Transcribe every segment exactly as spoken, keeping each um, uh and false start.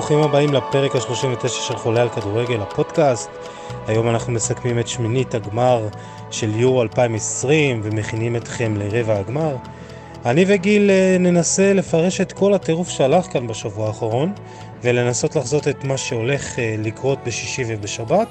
ברוכים הבאים לפרק ה-שלושים ותשע של חולה על כדורגל, הפודקאסט. היום אנחנו מסכמים את שמינית הגמר של יורו אלפיים עשרים ומכינים אתכם לרבע הגמר. אני וגיל ננסה לפרש את כל הטירוף שהלך כאן בשבוע האחרון, ולנסות לחזות את מה שהולך לקרות בשישי ובשבת.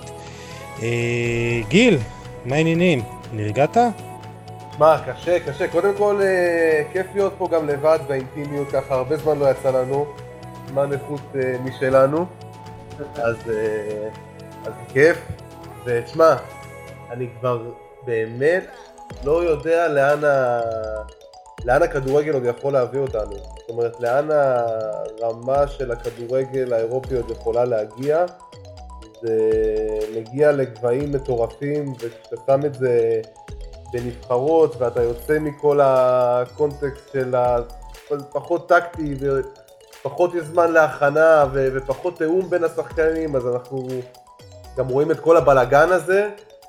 גיל, מה העניינים? נרגעת? מה, קשה, קשה. קודם כל, כיף להיות פה גם לבד באינטימיות, ככה הרבה זמן לא יצא לנו. זמן איכות משלנו. אז, אז כיף. ותשמע, אני כבר באמת לא יודע לאן, ה... לאן הכדורגל עוד יכול להביא אותנו. זאת אומרת, לאן הרמה של הכדורגל האירופי עוד יכולה להגיע. זה מגיע לגבהים מטורפים, וכשאתה שם את זה בנבחרות, ואתה יוצא מכל הקונטקסט של הפחות טקטי, ופחות יש זמן להכנה, ופחות תאום בין השחקנים, אז אנחנו גם רואים את כל הבלגן הזה,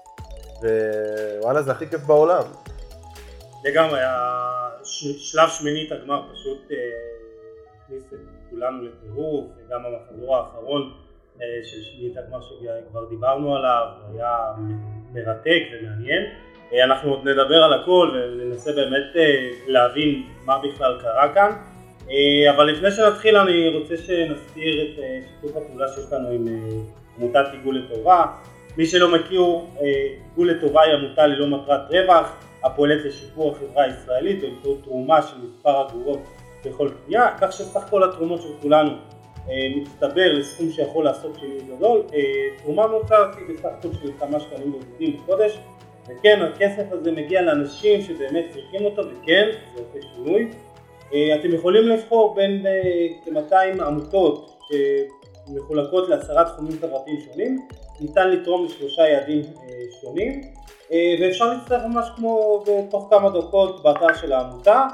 ווואלה, זה הכי כיף בעולם. לגמרי, שלב שמינית הגמר פשוט הכניס את כולנו לטירוף, וגם המחזור האחרון של שמינית הגמר שכבר דיברנו עליו, היה מרתק ומעניין. אנחנו עוד נדבר על הכל וננסה באמת להבין מה בכלל קרה כאן, אבל לפני שנתחיל אני רוצה שנזכיר את שיתוף הפעולה שיש לנו עם עמותת עיגול לטובה. מי שלא מכיר, עיגול לטובה היא עמותה ללא מטרת רווח, הפועלת לשיפור החברה הישראלית באמצעות תרומה של מספר אגורות בכל קנייה, כך שסך כל התרומות של כולנו מצטבר לסכום שיכול לעשות שינוי גדול. תרומה ממוצעת היא בסך הכל של כמה שקלים בודדים בחודש, וכן, הכסף הזה מגיע לאנשים שבאמת צריכים אותו, וכן, זה עושה שינוי. אתם יכולים לבחור בין כ-מאתיים עמותות שמחולקות לעשרה תחומים חברתיים שונים, ניתן לתרום לשלושה יעדים שונים, ואפשר להצטרף ממש כמו בתוך כמה דקות באתר של העמותה.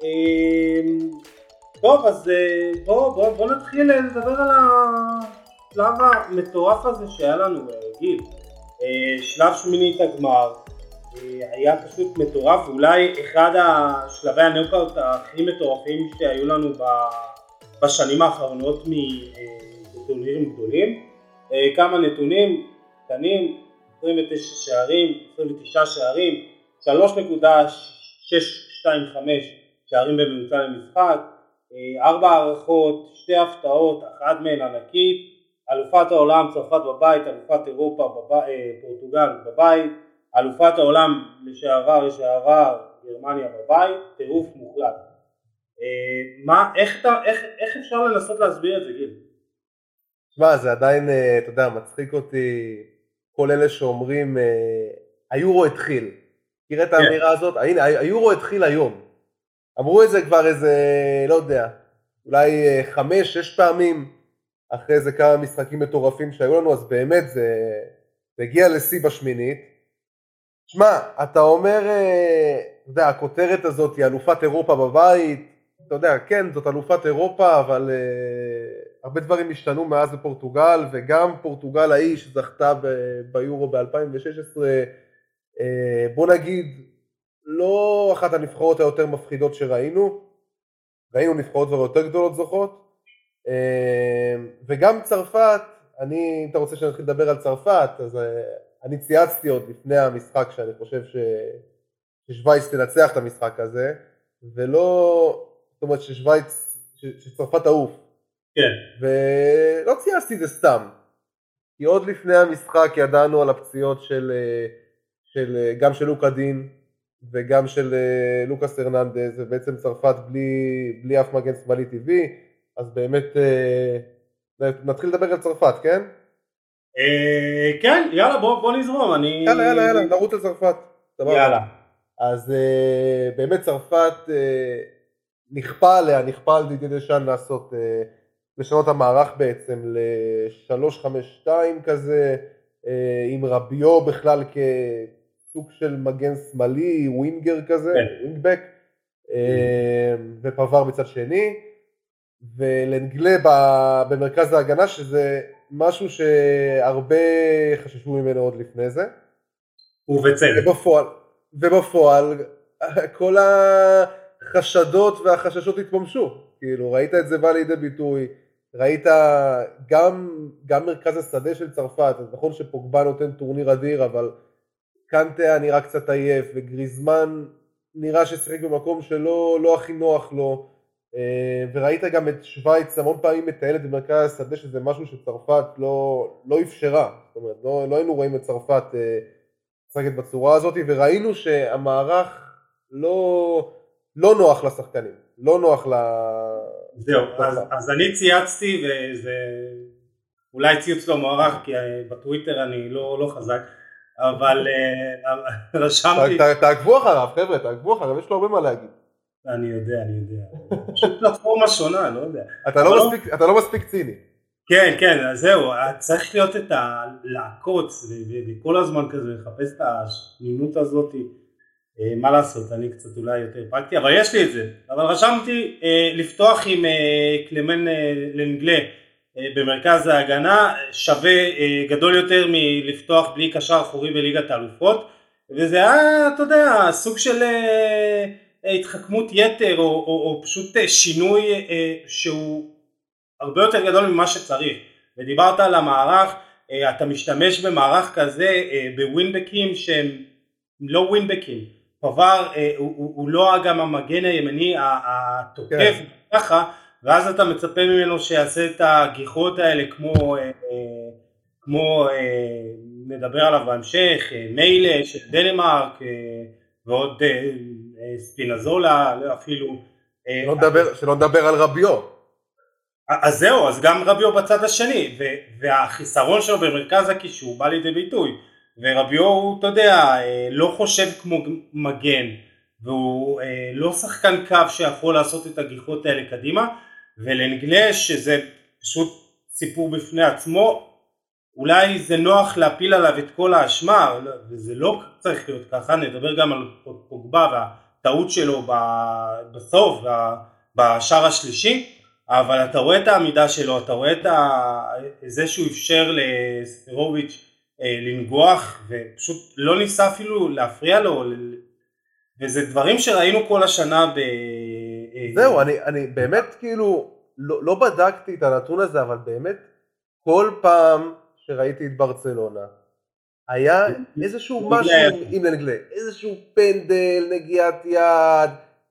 טוב, אז בוא, בוא, בוא נתחיל לדבר על השלב המטורף הזה שהיה לנו, גיל. שלב שמינית הגמר היה פשוט מטורף, אולי אחד השלבי הנוקאוט הכי מטורפים שהיו לנו בשנים האחרונות מטורנירים גדולים. כמה נתונים קטנים: עשרים ותשע שערים, עשרים ותשעה שערים, שלוש נקודה שש שתיים חמש שערים בממוצע למשחק, ארבע הערכות, שתי הפתעות, אחת מהן ענקית, אלופת העולם צרפת בבית, אלופת אירופה בבית, פורטוגל בבית, אלופת העולם לשעבר לשעבר גרמניה בבית, טירוף מוחלט. מה, איך, איך, איך אפשר לנסות להסביר את זה, גיל? תשמע, זה עדיין, אתה יודע, מצחיק אותי כל אלה שאומרים היורו התחיל. תראה את האמירה הזאת, הנה, היורו התחיל היום. אמרו את זה כבר איזה, לא יודע, אולי חמש, שש פעמים אחרי זה כמה משחקים מטורפים שהיו לנו, אז באמת זה, זה הגיע לשיא בשמינית. שמע, אתה אומר, אתה יודע, הכותרת הזאת היא אלופת אירופה בבית, אתה יודע, כן, זאת אלופת אירופה, אבל uh, הרבה דברים השתנו מאז בפורטוגל, וגם פורטוגל ההיא שזכתה ב- ביורו ב-אלפיים ושש עשרה, uh, בוא נגיד, לא אחת הנבחרות היותר מפחידות שראינו, ראינו נבחרות כבר יותר גדולות זוכות, וגם צרפת. אני, אם אתה רוצה שנתחיל לדבר על צרפת, אז אני צייצתי עוד לפני המשחק שאני חושב ש... ששוויץ תנצח את המשחק הזה, ולא, זאת אומרת ששוויץ, ש... שצרפת תעוף. כן. ולא צייצתי את זה סתם, כי עוד לפני המשחק ידענו על הפציעות של, של גם של לוקה דין, וגם של לוקאס הרננדז, ובעצם צרפת בלי, בלי אף מגן שמאלי טבעי, אז באמת נתחיל לדבר על צרפת, כן? כן, יאללה, בוא נזרום. אני... יאללה, יאללה, יאללה, נרוץ על צרפת. יאללה. אז באמת צרפת נכפה עליה, נכפה על דידי דשאן לעשות, לשנות המערך בעצם ל-שלוש חמש שתיים כזה, עם רביו בכלל כסוג של מגן שמאלי, ווינגר כזה, ווינגבק, ופבר בצד שני. ולנגלה במרכז ההגנה, שזה משהו שהרבה חששו ממנו עוד לפני זה. ובצדק. ובפועל, ובפועל כל החשדות והחששות התממשו. כאילו, ראית את זה בא לידי ביטוי, ראית גם, גם מרכז השדה של צרפת, אז נכון שפוגבה נותן טורניר אדיר, אבל קנטה היה נראה קצת עייף, וגריזמן נראה ששיחק במקום שלא לא הכי נוח לו, וראית גם את שוויץ המון פעמים מטיילת במרכז השדה, שזה משהו שצרפת לא, לא אפשרה, זאת אומרת, לא, לא היינו רואים את צרפת משחקת בצורה הזאת, וראינו שהמערך לא, לא נוח לשחקנים, לא נוח ל... זהו, אז, אז אני צייצתי, וזה אולי ציוץ לא מוערך, כי בטוויטר אני לא, לא חזק, אבל רשמתי... תעקבו אחריו, חבר'ה, תעקבו אחריו, יש לו הרבה מה להגיד. אני יודע, אני יודע. פשוט פלטפורמה שונה, לא יודע. אתה לא מספיק, אתה לא מספיק ציני. כן, כן, אז זהו, צריך להיות את הלעקוץ, וכל הזמן כזה, לחפש את השנינות הזאת, מה לעשות, אני קצת אולי יותר פרקטי, אבל יש לי את זה. אבל רשמתי לפתוח עם קלמן לנגלה במרכז ההגנה, שווה גדול יותר מלפתוח בלי קשר אחורי בליגת האלופות, וזה היה, אתה יודע, סוג של התחכמות יתר, או, או, או פשוט שינוי שהוא הרבה יותר גדול ממה שצריך. ודיברת על המערך, אתה משתמש במערך כזה בווינבקים שהם לא ווינבקים, פבר הוא, הוא, הוא לא גם המגן הימני התוקף ככה, ואז אתה מצפה ממנו שיעשה את הגיחות האלה כמו, כמו נדבר עליו בהמשך, מיילה של דנמרק ועוד ספינזולה אפילו. שלא נדבר, שלא נדבר על רביו. אז זהו, אז גם רביו בצד השני, והחיסרון שלו במרכז הקישור בא לידי ביטוי, ורביו הוא, אתה יודע, לא חושב כמו מגן, והוא לא שחקן קו שיכול לעשות את הגיחות האלה קדימה, ולנגלש שזה פשוט סיפור בפני עצמו, אולי זה נוח להפיל עליו את כל האשמה, וזה לא צריך להיות ככה, נדבר גם על פוגבה והטעות שלו בסוף, בשער השלישי, אבל אתה רואה את העמידה שלו, אתה רואה את זה שהוא אפשר לספירוביץ' לנגוח, ופשוט לא ניסה אפילו להפריע לו, וזה דברים שראינו כל השנה ב... זהו, אני, אני באמת כאילו, לא, לא בדקתי את הנתון הזה, אבל באמת כל פעם שראיתי את ברצלונה, היה איזשהו משהו עם לנגלה, איזשהו פנדל, נגיעת יד,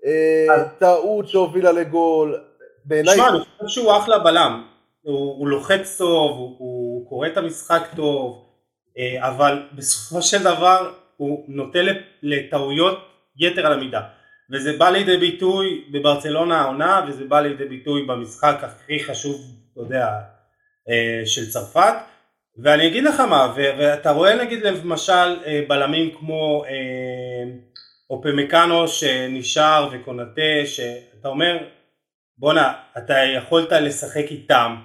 טעות שהובילה לגול, תשמע, אני חושב שהוא אחלה בלם, הוא לוחץ טוב, הוא קורא את המשחק טוב, אבל בסופו של דבר הוא נוטה לטעויות יתר על המידה, וזה בא לידי ביטוי בברצלונה העונה, וזה בא לידי ביטוי במשחק הכי חשוב, אתה יודע, של צרפת, ואני אגיד לך מה, ואתה רואה נגיד למשל בלמים כמו אופמקאנו שנשאר וקונטה, שאתה אומר, בונה, אתה יכולת לשחק איתם,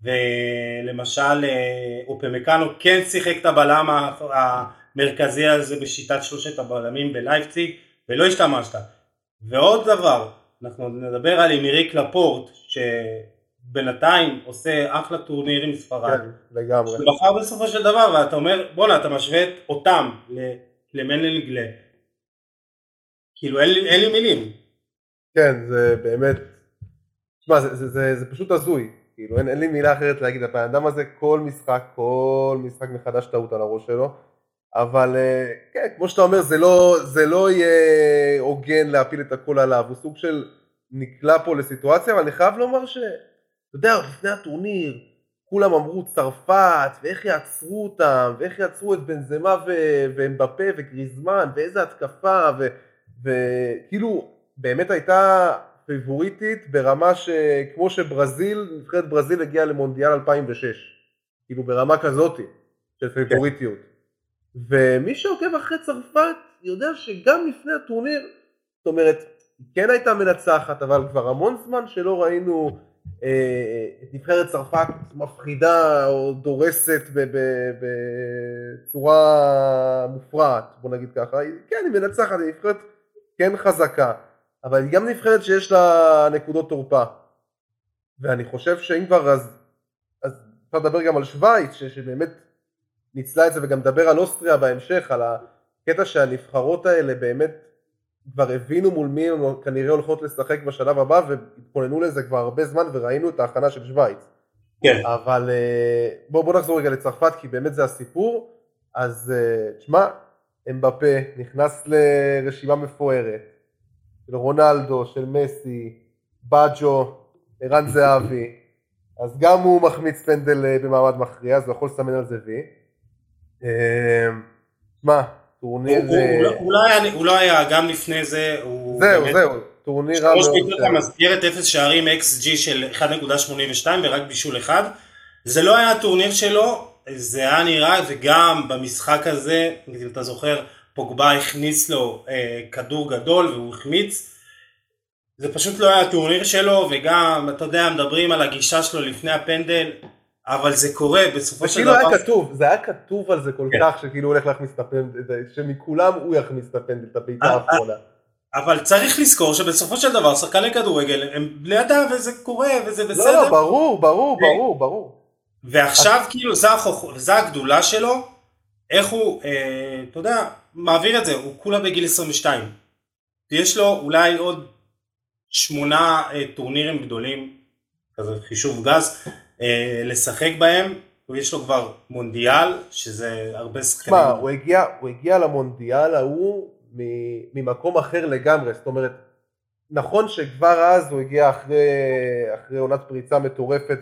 ולמשל אופמקאנו כן שיחק את הבלם המרכזי הזה בשיטת שלושת הבלמים בלייפציג, ולא השתמשת. ועוד דבר, אנחנו נדבר על אמיריק לפורט, שבינתיים עושה אחלה טורניר עם ספרד. כן, לגמרי. שבחר בסופו של דבר, ואתה אומר, בונה, אתה משווה אותם לקלמן לנגלה. כאילו, אין לי, אין לי מילים. כן, זה באמת, תשמע, זה, זה, זה, זה פשוט הזוי. כאילו, אין, אין לי מילה אחרת להגיד, האדם הזה כל משחק, כל משחק מחדש טעות על הראש שלו, אבל כן, כמו שאתה אומר, זה לא, זה לא יהיה הוגן להפיל את הכל עליו, הוא סוג של נקלע פה לסיטואציה, אבל אני חייב לומר ש, אתה יודע, לפני הטורניר, כולם אמרו צרפת, ואיך יעצרו אותם, ואיך יעצרו את בנזמה ו- ואמבפה וגריזמן, ואיזה התקפה, ו- וכאילו, באמת הייתה פיבוריטית ברמה שכמו שברזיל, נבחרת ברזיל הגיעה למונדיאל אלפיים ושש, כאילו ברמה כזאת של פיבוריטיות. ומי שעוקב אחרי צרפת יודע שגם לפני הטורניר, זאת אומרת, כן הייתה מנצחת, אבל כבר המון זמן שלא ראינו אה, את נבחרת צרפת מפחידה או דורסת בצורה מופרעת, בוא נגיד ככה. כן, היא מנצחת, היא נבחרת כן חזקה, אבל היא גם נבחרת שיש לה נקודות תורפה. ואני חושב שאם כבר, אז, אז אפשר לדבר גם על שוויץ, ש, שבאמת ניצלה את זה, וגם לדבר על אוסטריה בהמשך, על הקטע שהנבחרות האלה באמת כבר הבינו מול מי הם כנראה הולכות לשחק בשלב הבא, והתכוננו לזה כבר הרבה זמן, וראינו את ההכנה של שוויץ. כן. אבל בוא, בוא נחזור רגע לצרפת, כי באמת זה הסיפור. אז תשמע, אמבפה נכנס לרשימה מפוארת, של רונלדו, של מסי, באג'ו, ערן זהבי, אז גם הוא מחמיץ פנדל במעמד מכריע, אז הוא יכול לסמן על זה וי. תשמע, טורניר... הוא לא היה, גם לפני זה, זהו, זהו, טורניר רע מאוד. שלוש בעיטות למסגרת, אפס שערים, אקס ג'י של אחת נקודה שמונים ושתיים ורק בישול אחד. זה לא היה טורניר שלו, זה היה נראה, וגם במשחק הזה, אם אתה זוכר, פוגבה הכניס לו אה, כדור גדול והוא החמיץ. זה פשוט לא היה טורניר שלו, וגם, אתה יודע, מדברים על הגישה שלו לפני הפנדל, אבל זה קורה בסופו של דבר. זה כאילו היה כתוב, זה היה כתוב על זה כל כך, שכאילו הוא הולך להכניס את הפנדל, שמכולם הוא יכניס את הפנדל, את הבעיטה האחרונה. אבל צריך לזכור שבסופו של דבר, שחקני כדורגל, הם בלי ידע, וזה קורה, וזה בסדר. לא, לא, ברור, ברור, ברור, ברור. ועכשיו, כאילו, זה הגדולה שלו, איך הוא, אתה יודע, מעביר את זה, הוא כולה בגיל עשרים ושתיים. יש לו אולי עוד שמונה טורנירים גדולים, כזה חישוב גז, לשחק בהם, ויש לו כבר מונדיאל, שזה הרבה שחקנים. מה, הוא הגיע, הוא הגיע למונדיאל ההוא ממקום אחר לגמרי, זאת אומרת, נכון שכבר אז הוא הגיע אחרי, אחרי עונת פריצה מטורפת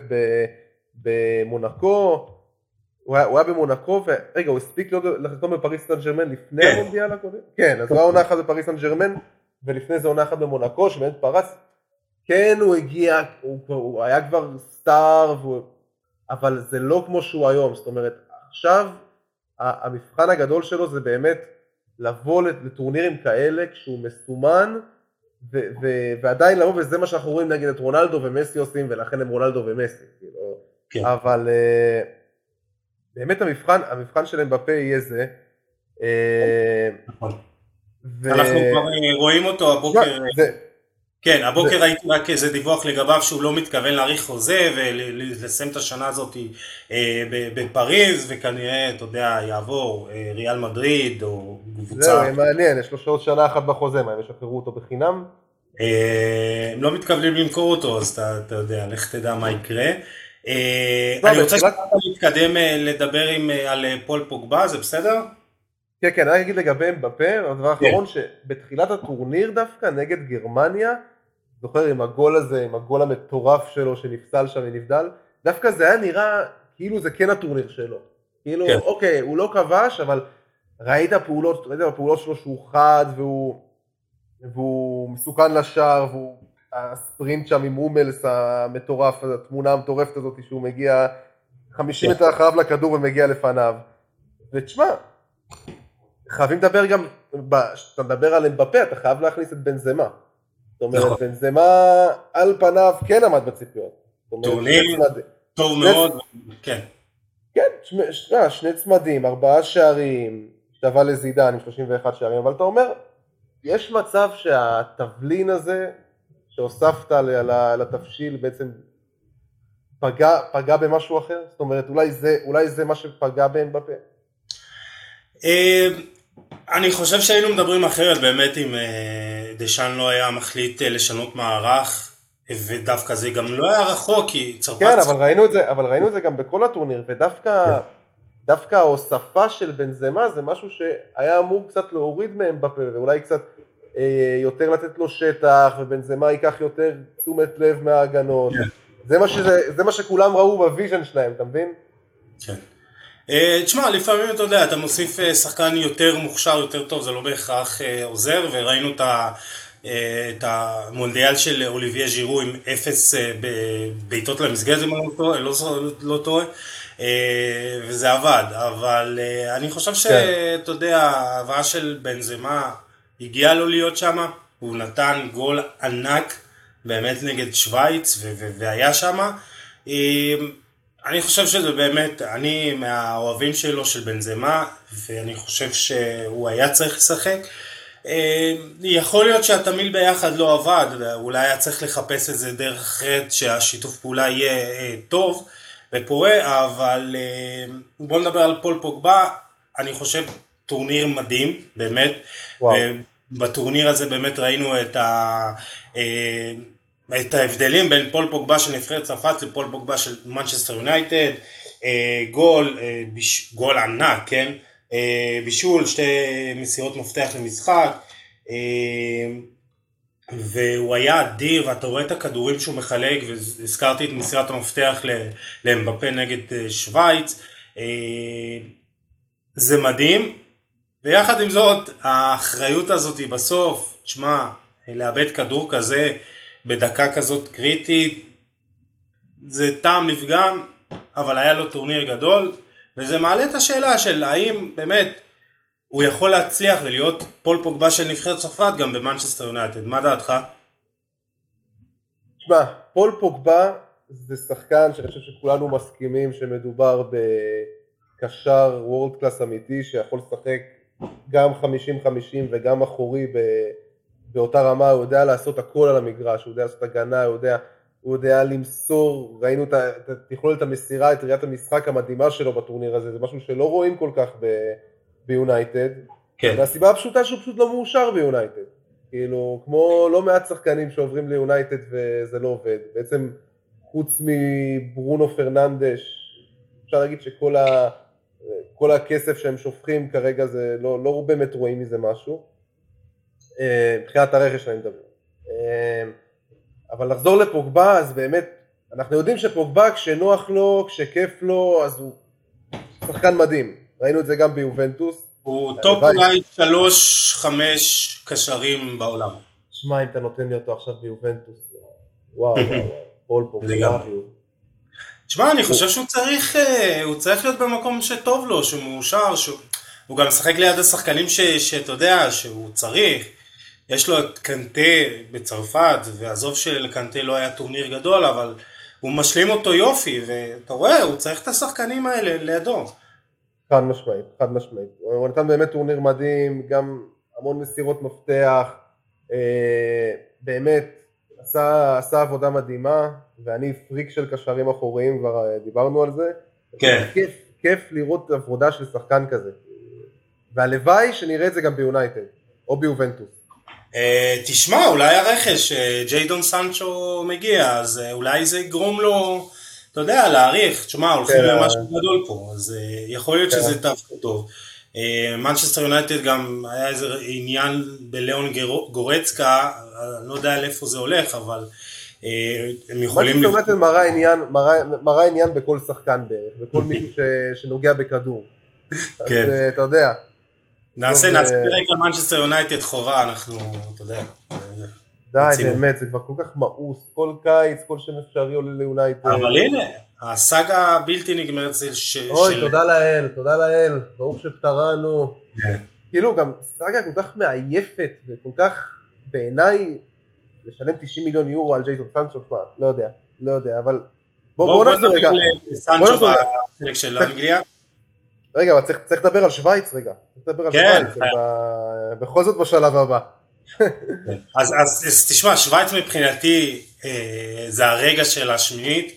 במונקו, הוא היה, הוא היה במונקו, ורגע, הוא הספיק לחתום בפריס סן ז'רמן לפני כן. המונדיאל הקודם? כן, אז הוא היה עונה אחת בפריס סן ז'רמן, ולפני זה עונה אחת במונקו, שבאמת פרץ, כן, הוא הגיע, הוא, הוא היה כבר סטאר, והוא, אבל זה לא כמו שהוא היום, זאת אומרת, עכשיו, המבחן הגדול שלו זה באמת לבוא לטורנירים כאלה, כשהוא מסומן, ו- ו- ועדיין לבוא, וזה מה שאנחנו רואים נגיד את רונלדו ומסי עושים, ולכן הם רונלדו ומסי, כאילו, כן. אבל uh, באמת המבחן, המבחן של אמבפה יהיה זה. נכון. ו... אנחנו כבר רואים אותו הבוקר, זה... כן, הבוקר זה... ראיתי רק איזה דיווח לגביו שהוא לא מתכוון להאריך חוזה, ולסיים את השנה הזאת אה, בפריז, וכנראה, אתה יודע, יעבור אה, ריאל מדריד, או קבוצה. זהו, מעניין, יש לו שעוד שנה אחת בחוזה, מה, הם ישחררו אותו בחינם? אה, הם לא מתכוונים למכור אותו, אז אתה, אתה יודע, לך תדע מה יקרה. אני רוצה שאתה להתקדם לדבר על פול פוגבה, זה בסדר? כן, כן, אני אגיד לגבי אמבפה, הדבר האחרון שבתחילת הטורניר דווקא נגד גרמניה, זוכר עם הגול הזה, עם הגול המטורף שלו שנפסל שם ונבדל, דווקא זה היה נראה כאילו זה כן הטורניר שלו. כאילו, אוקיי, הוא לא כבש, אבל ראית הפעולות, ראית הפעולות שלו שהוא חד והוא מסוכן לשער, והוא הספרינט שם עם אומלס המטורף, התמונה המטורפת הזאת שהוא מגיע חמישים מטר אחריו לכדור ומגיע לפניו. ותשמע, חייבים לדבר גם, כשאתה מדבר על אמבפה, אתה חייב להכניס את בנזמה. זאת אומרת, בנזמה על פניו כן עמד בציפיות. טורניר טוב מאוד, כן. כן, שני צמדים, ארבעה שערים, שווה לזידן עם שלושים ואחד שערים, אבל אתה אומר, יש מצב שהתבלין הזה, שהוספת לתבשיל בעצם פגע, פגע במשהו אחר? זאת אומרת, אולי זה, אולי זה מה שפגע באמבפה? אני חושב שהיינו מדברים אחרת באמת אם דשאן לא היה מחליט לשנות מערך, ודווקא זה גם לא היה רחוק, כי צרפת... כן, אבל ראינו את זה, אבל ראינו את זה גם בכל הטורניר, ודווקא דווקא ההוספה של בנזמה זה משהו שהיה אמור קצת להוריד מאמבפה, ואולי קצת יותר לתת לו שטח, ובנזמה ייקח יותר תשומת לב מההגנות. זה מה שזה, זה מה שכולם ראו בוויז'ן שלהם, אתה מבין? כן. תשמע, לפעמים אתה יודע, אתה מוסיף שחקן יותר מוכשר, יותר טוב, זה לא בהכרח עוזר, וראינו את המונדיאל של אוליביה ז'ירו עם אפס בעיטות למסגרת, אם אני לא טועה, וזה עבד, אבל אני חושב שאתה יודע, ההבאה של בנזמה הגיעה לו להיות שם, הוא נתן גול ענק באמת נגד שוויץ, והיה שם. אני חושב שזה באמת, אני מהאוהבים שלו של בנזמה, ואני חושב שהוא היה צריך לשחק. יכול להיות שהתמיל ביחד לא עבד, אולי היה צריך לחפש את זה דרך אחרת שהשיתוף פעולה יהיה טוב ופורה, אבל בוא נדבר על פול פוגבה, אני חושב טורניר מדהים, באמת. וואו. בטורניר הזה באמת ראינו את ה... את ההבדלים בין פול פוגבה של נבחרת צרפת לפול פוגבה של מנצ'סטר יונייטד, גול, גול ענק, כן? בישול, שתי מסירות מפתח למשחק, והוא היה אדיר, ואתה רואה את הכדורים שהוא מחלק, והזכרתי את מסירת המפתח לאמבפה נגד שוויץ, זה מדהים, ויחד עם זאת, האחריות הזאת היא בסוף, תשמע, לאבד כדור כזה, בדקה כזאת קריטית, זה טעם לפגם, אבל היה לו טורניר גדול, וזה מעלה את השאלה של האם באמת הוא יכול להצליח ולהיות פול פוגבה של נבחרת צרפת גם במנצ'סטר יונייטד. מה דעתך? תשמע, פול פוגבה זה שחקן שאני חושב שכולנו מסכימים שמדובר בקשר וורד קלאס אמיתי שיכול לשחק גם חמישים חמישים וגם אחורי באותה רמה, הוא יודע לעשות הכל על המגרש, הוא יודע לעשות הגנה, הוא יודע, הוא יודע למסור, ראינו את, את יכולת המסירה, את ראיית המשחק המדהימה שלו בטורניר הזה, זה משהו שלא רואים כל כך ב, ביונייטד, כן. והסיבה הפשוטה שהוא פשוט לא מאושר ביונייטד, כאילו, כמו לא מעט שחקנים שעוברים ליונייטד וזה לא עובד, בעצם חוץ מברונו פרננדש, אפשר להגיד שכל ה, כל הכסף שהם שופכים כרגע זה לא, לא באמת רואים מזה משהו, מבחינת הרכש אני מדבר. אבל לחזור לפוגבה, אז באמת, אנחנו יודעים שפוגבה כשנוח לו, כשכיף לו, אז הוא שחקן מדהים. ראינו את זה גם ביובנטוס. הוא טופ אולי שלוש, חמש קשרים בעולם. שמע, אם אתה נותן לי אותו עכשיו ביובנטוס, וואו, וואו, וואו, פול פוגבה. תשמע, אני חושב שהוא צריך, הוא צריך להיות במקום שטוב לו, שהוא מאושר, שהוא גם משחק ליד השחקנים שאתה יודע, שהוא צריך. יש לו את קנטה בצרפת, ועזוב שלקנטה לא היה טורניר גדול, אבל הוא משלים אותו יופי, ואתה רואה, הוא צריך את השחקנים האלה לידו. חד משמעית, חד משמעית. הוא נתן באמת טורניר מדהים, גם המון מסירות מפתח, באמת עשה, עשה עבודה מדהימה, ואני פריק של קשרים אחוריים, כבר דיברנו על זה. כן. כיף, כיף לראות עבודה של שחקן כזה. והלוואי שנראה את זה גם ביונייטד, או ביובנטוס. תשמע, אולי הרכש, ג'יידון סנצ'ו מגיע, אז אולי זה יגרום לו, אתה יודע, להעריך, תשמע, הולכים למשהו גדול פה, אז יכול להיות שזה תפקד טוב. מנצ'סטר יונייטד גם היה איזה עניין בליאון גורצקה, אני לא יודע לאיפה זה הולך, אבל הם יכולים... מנצ'סטר יונייטד מראה עניין בכל שחקן בערך, בכל מישהו שנוגע בכדור. אז אתה יודע... נעשה, נעשה פרק על מנצ'סטר יונייטד חורה, אנחנו, אתה יודע. די, באמת, זה כבר כל כך מאוס, כל קיץ, כל שם אפשרי עולה ליונייטד. אבל הנה, הסאגה בלתי נגמרת זה ש... אוי, תודה לאל, תודה לאל, ברוך שפטרנו. כאילו, גם סאגה כל כך מעייפת, וכל כך, בעיניי, לשלם תשעים מיליון יורו על ג'יידון סנצ'ו, לא יודע, לא יודע, אבל... בואו נחזור רגע. סנצ'ו בחלק של אנגליה. רגע, אבל צריך, צריך לדבר על שוויץ רגע, צריך לדבר על כן, שוויץ, ב... בכל זאת בשלב הבא. אז, אז, אז תשמע, שוויץ מבחינתי אה, זה הרגע של השמינית,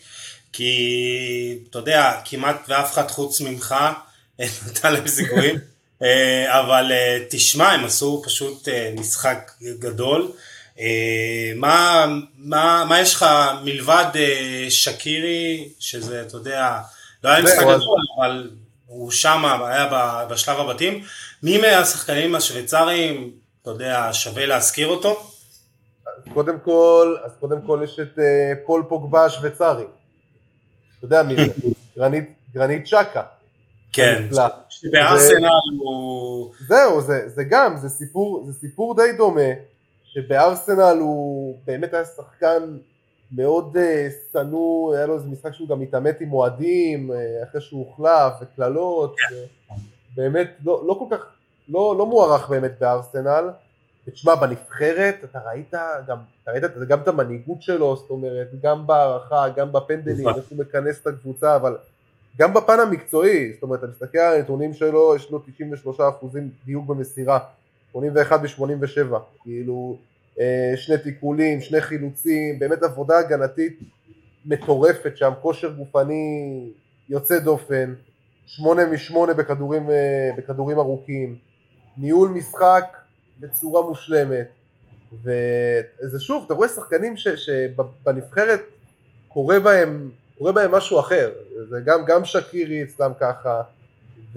כי אתה יודע, כמעט ואף אחד חוץ ממך נתן להם סיכויים, אה, אבל אה, תשמע, הם עשו פשוט אה, משחק גדול. אה, מה, מה, מה יש לך מלבד אה, שקירי, שזה, אתה יודע, לא היה משחק גדול, אבל... הוא שם, היה בשלב הבתים. מי מהשחקנים השוויצריים, אתה יודע, שווה להזכיר אותו? קודם כל, אז קודם כל יש את פול פוגבה השוויצרי. אתה יודע מי זה? גרנית, גרנית צ'קה. כן, שבארסנל הוא... זהו, זה, זה גם, זה סיפור, זה סיפור די דומה, שבארסנל הוא באמת היה שחקן מאוד סנוע, היה לו איזה משחק שהוא גם מתעמת עם מועדים, אחרי שהוא הוחלף וכללות, באמת לא, לא כל כך, לא, לא מוערך באמת בארסנל. תשמע, בנבחרת אתה ראית גם, אתה ראית גם את המנהיגות שלו, זאת אומרת, גם בערכה, גם בפנדלים, איך הוא מכנס את הקבוצה, אבל גם בפן המקצועי, זאת אומרת, אתה מסתכל על הנתונים שלו, יש לו תשעים ושלושה אחוזים דיוק במסירה, שמונים ואחת ב-שמונים ושבע, כאילו, שני תיקולים, שני חילוצים, באמת עבודה הגנתית מטורפת שם, כושר גופני יוצא דופן, שמונה משמונה בכדורים, בכדורים ארוכים, ניהול משחק בצורה מושלמת, וזה שוב, אתה רואה שחקנים שבנבחרת קורה בהם, קורה בהם משהו אחר, זה גם, גם שקירי אצלם ככה, ו...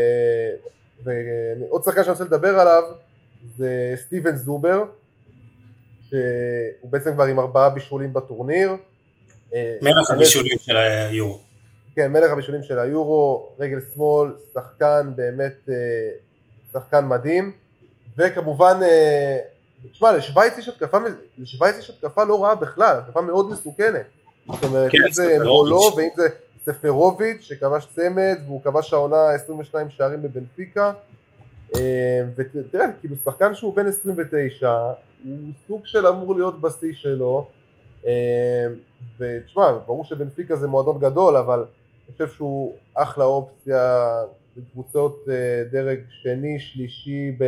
ועוד שחקן שאני רוצה לדבר עליו, זה סטיבן זובר, שהוא בעצם כבר עם ארבעה בישולים בטורניר. מלך הבישולים של היורו. כן, מלך הבישולים של היורו, רגל שמאל, שחקן באמת, שחקן מדהים, וכמובן, תשמע, לשוויץ יש התקפה, לשוויץ יש התקפה לא רעה בכלל, התקפה מאוד מסוכנת. זאת אומרת, אם זה אמבולו ואם זה ספרוביץ' שכבש צמד, והוא כבש העונה עשרים ושניים שערים בבנפיקה, ותראה, כאילו שחקן שהוא בן עשרים ותשע, הוא סוג של אמור להיות בשיא שלו, ותשמע, ברור שבנפיקה זה מועדון גדול, אבל אני חושב שהוא אחלה אופציה בקבוצות דרג שני, שלישי, ב...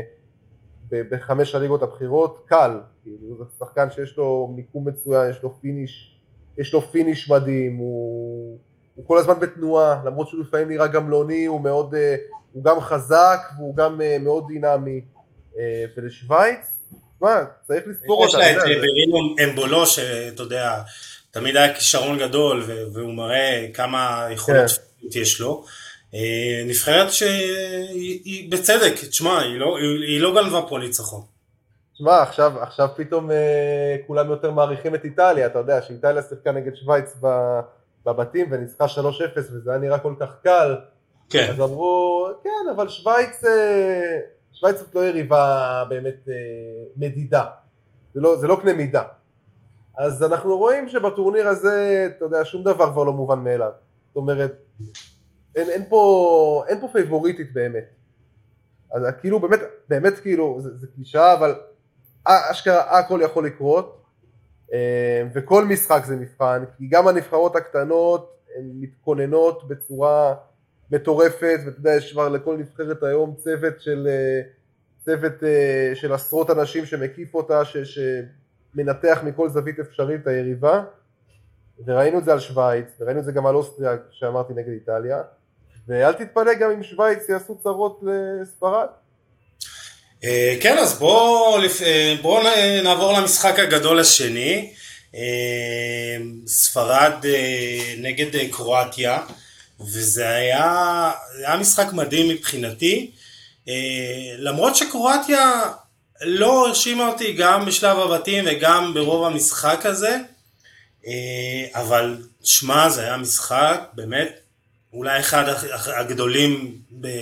בחמש הליגות הבחירות, קל, כאילו, זה שחקן שיש לו מיקום מצוין, יש לו פיניש, יש לו פיניש מדהים, הוא, הוא כל הזמן בתנועה, למרות שהוא לפעמים נראה גמלוני, הוא מאוד, הוא גם חזק, והוא גם מאוד דינמי, ולשוויץ, מה, צריך לספור אותה. יש לה את ברינו אמבולו, שאתה יודע, תמיד היה כישרון גדול, והוא מראה כמה יכולות יש לו, נבחרת שהיא בצדק, תשמע, היא לא, היא לא גנבה פה ניצחון. תשמע, עכשיו, עכשיו פתאום כולם יותר מעריכים את איטליה, אתה יודע, שאיטליה שיחקה נגד שוויץ בבתים וניצחה שלוש אפס, וזה היה נראה כל כך קל, כן. אז אמרו, כן, אבל שוויץ, שוויץ זאת לא יריבה באמת מדידה, זה לא, זה לא קנה מידה. אז אנחנו רואים שבטורניר הזה, אתה יודע, שום דבר כבר לא מובן מאליו. זאת אומרת, אין, אין פה, אין פה פייבוריטית באמת. אז כאילו, באמת, באמת כאילו, זה, זה קלישה, אבל אשכרה הכל יכול לקרות, וכל משחק זה מבחן, כי גם הנבחרות הקטנות, הן מתכוננות בצורה מטורפת, ואתה יודע, יש כבר לכל נבחרת היום צוות של, צוות של עשרות אנשים שמקיף אותה, ש, שמנתח מכל זווית אפשרית את היריבה, וראינו את זה על שוויץ, וראינו את זה גם על אוסטריה, שאמרתי נגד איטליה, ואל תתפלא גם אם שוויץ יעשו צרות לספרד. כן, אז בואו בוא נעבור למשחק הגדול השני, ספרד נגד קרואטיה, וזה היה, היה משחק מדהים מבחינתי, למרות שקרואטיה לא הרשימה אותי גם בשלב הבתים וגם ברוב המשחק הזה, אבל שמה, זה היה משחק באמת אולי אחד הגדולים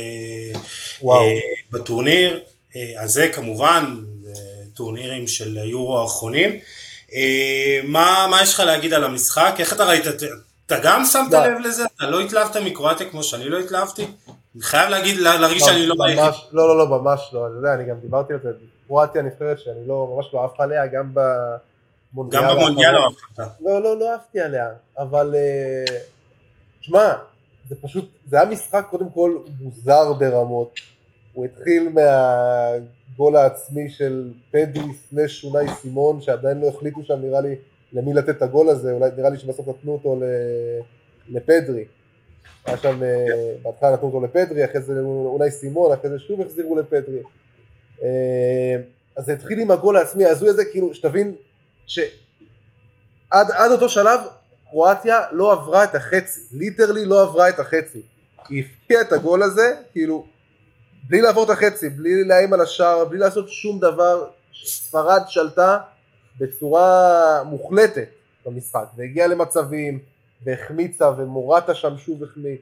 בטורניר הזה, כמובן טורנירים של יורו האחרונים. מה, מה יש לך להגיד על המשחק? איך אתה ראית? אתה גם שמת לב לזה? אתה לא התלהבת מקרואטיה כמו שאני לא התלהבתי? אני חייב להגיד, להרגיש שאני לא בעייתי. לא, לא, לא, ממש לא. אני יודע, אני גם דיברתי על זה. קרואטיה נבחרת שאני לא, ממש לא אהב עליה, גם במונדיאל. גם במונדיאל לא אהבת. לא, לא, לא אהבתי עליה. אבל, תשמע, זה פשוט, זה היה משחק קודם כל מוזר ברמות. הוא התחיל מהגול העצמי של פדרי סלש אולי סימון, שעדיין לא החליטו שם, נראה לי, למי לתת את הגול הזה, אולי נראה לי שבסוף נתנו אותו לפדרי. היה שם, בהתחלה נתנו אותו לפדרי, אחרי זה אולי סימון, אחרי זה שוב החזירו לפדרי. אז זה התחיל עם הגול העצמי, העזוי הזה, כאילו, שתבין שעד עד אותו שלב, קרואטיה לא עברה את החצי, ליטרלי לא עברה את החצי. היא הפקיעה את הגול הזה, כאילו, בלי לעבור את החצי, בלי להאים על השער, בלי לעשות שום דבר, ספרד שלטה בצורה מוחלטת במשחק, והגיעה למצבים, והחמיצה, ומורטה שם שוב החמיץ,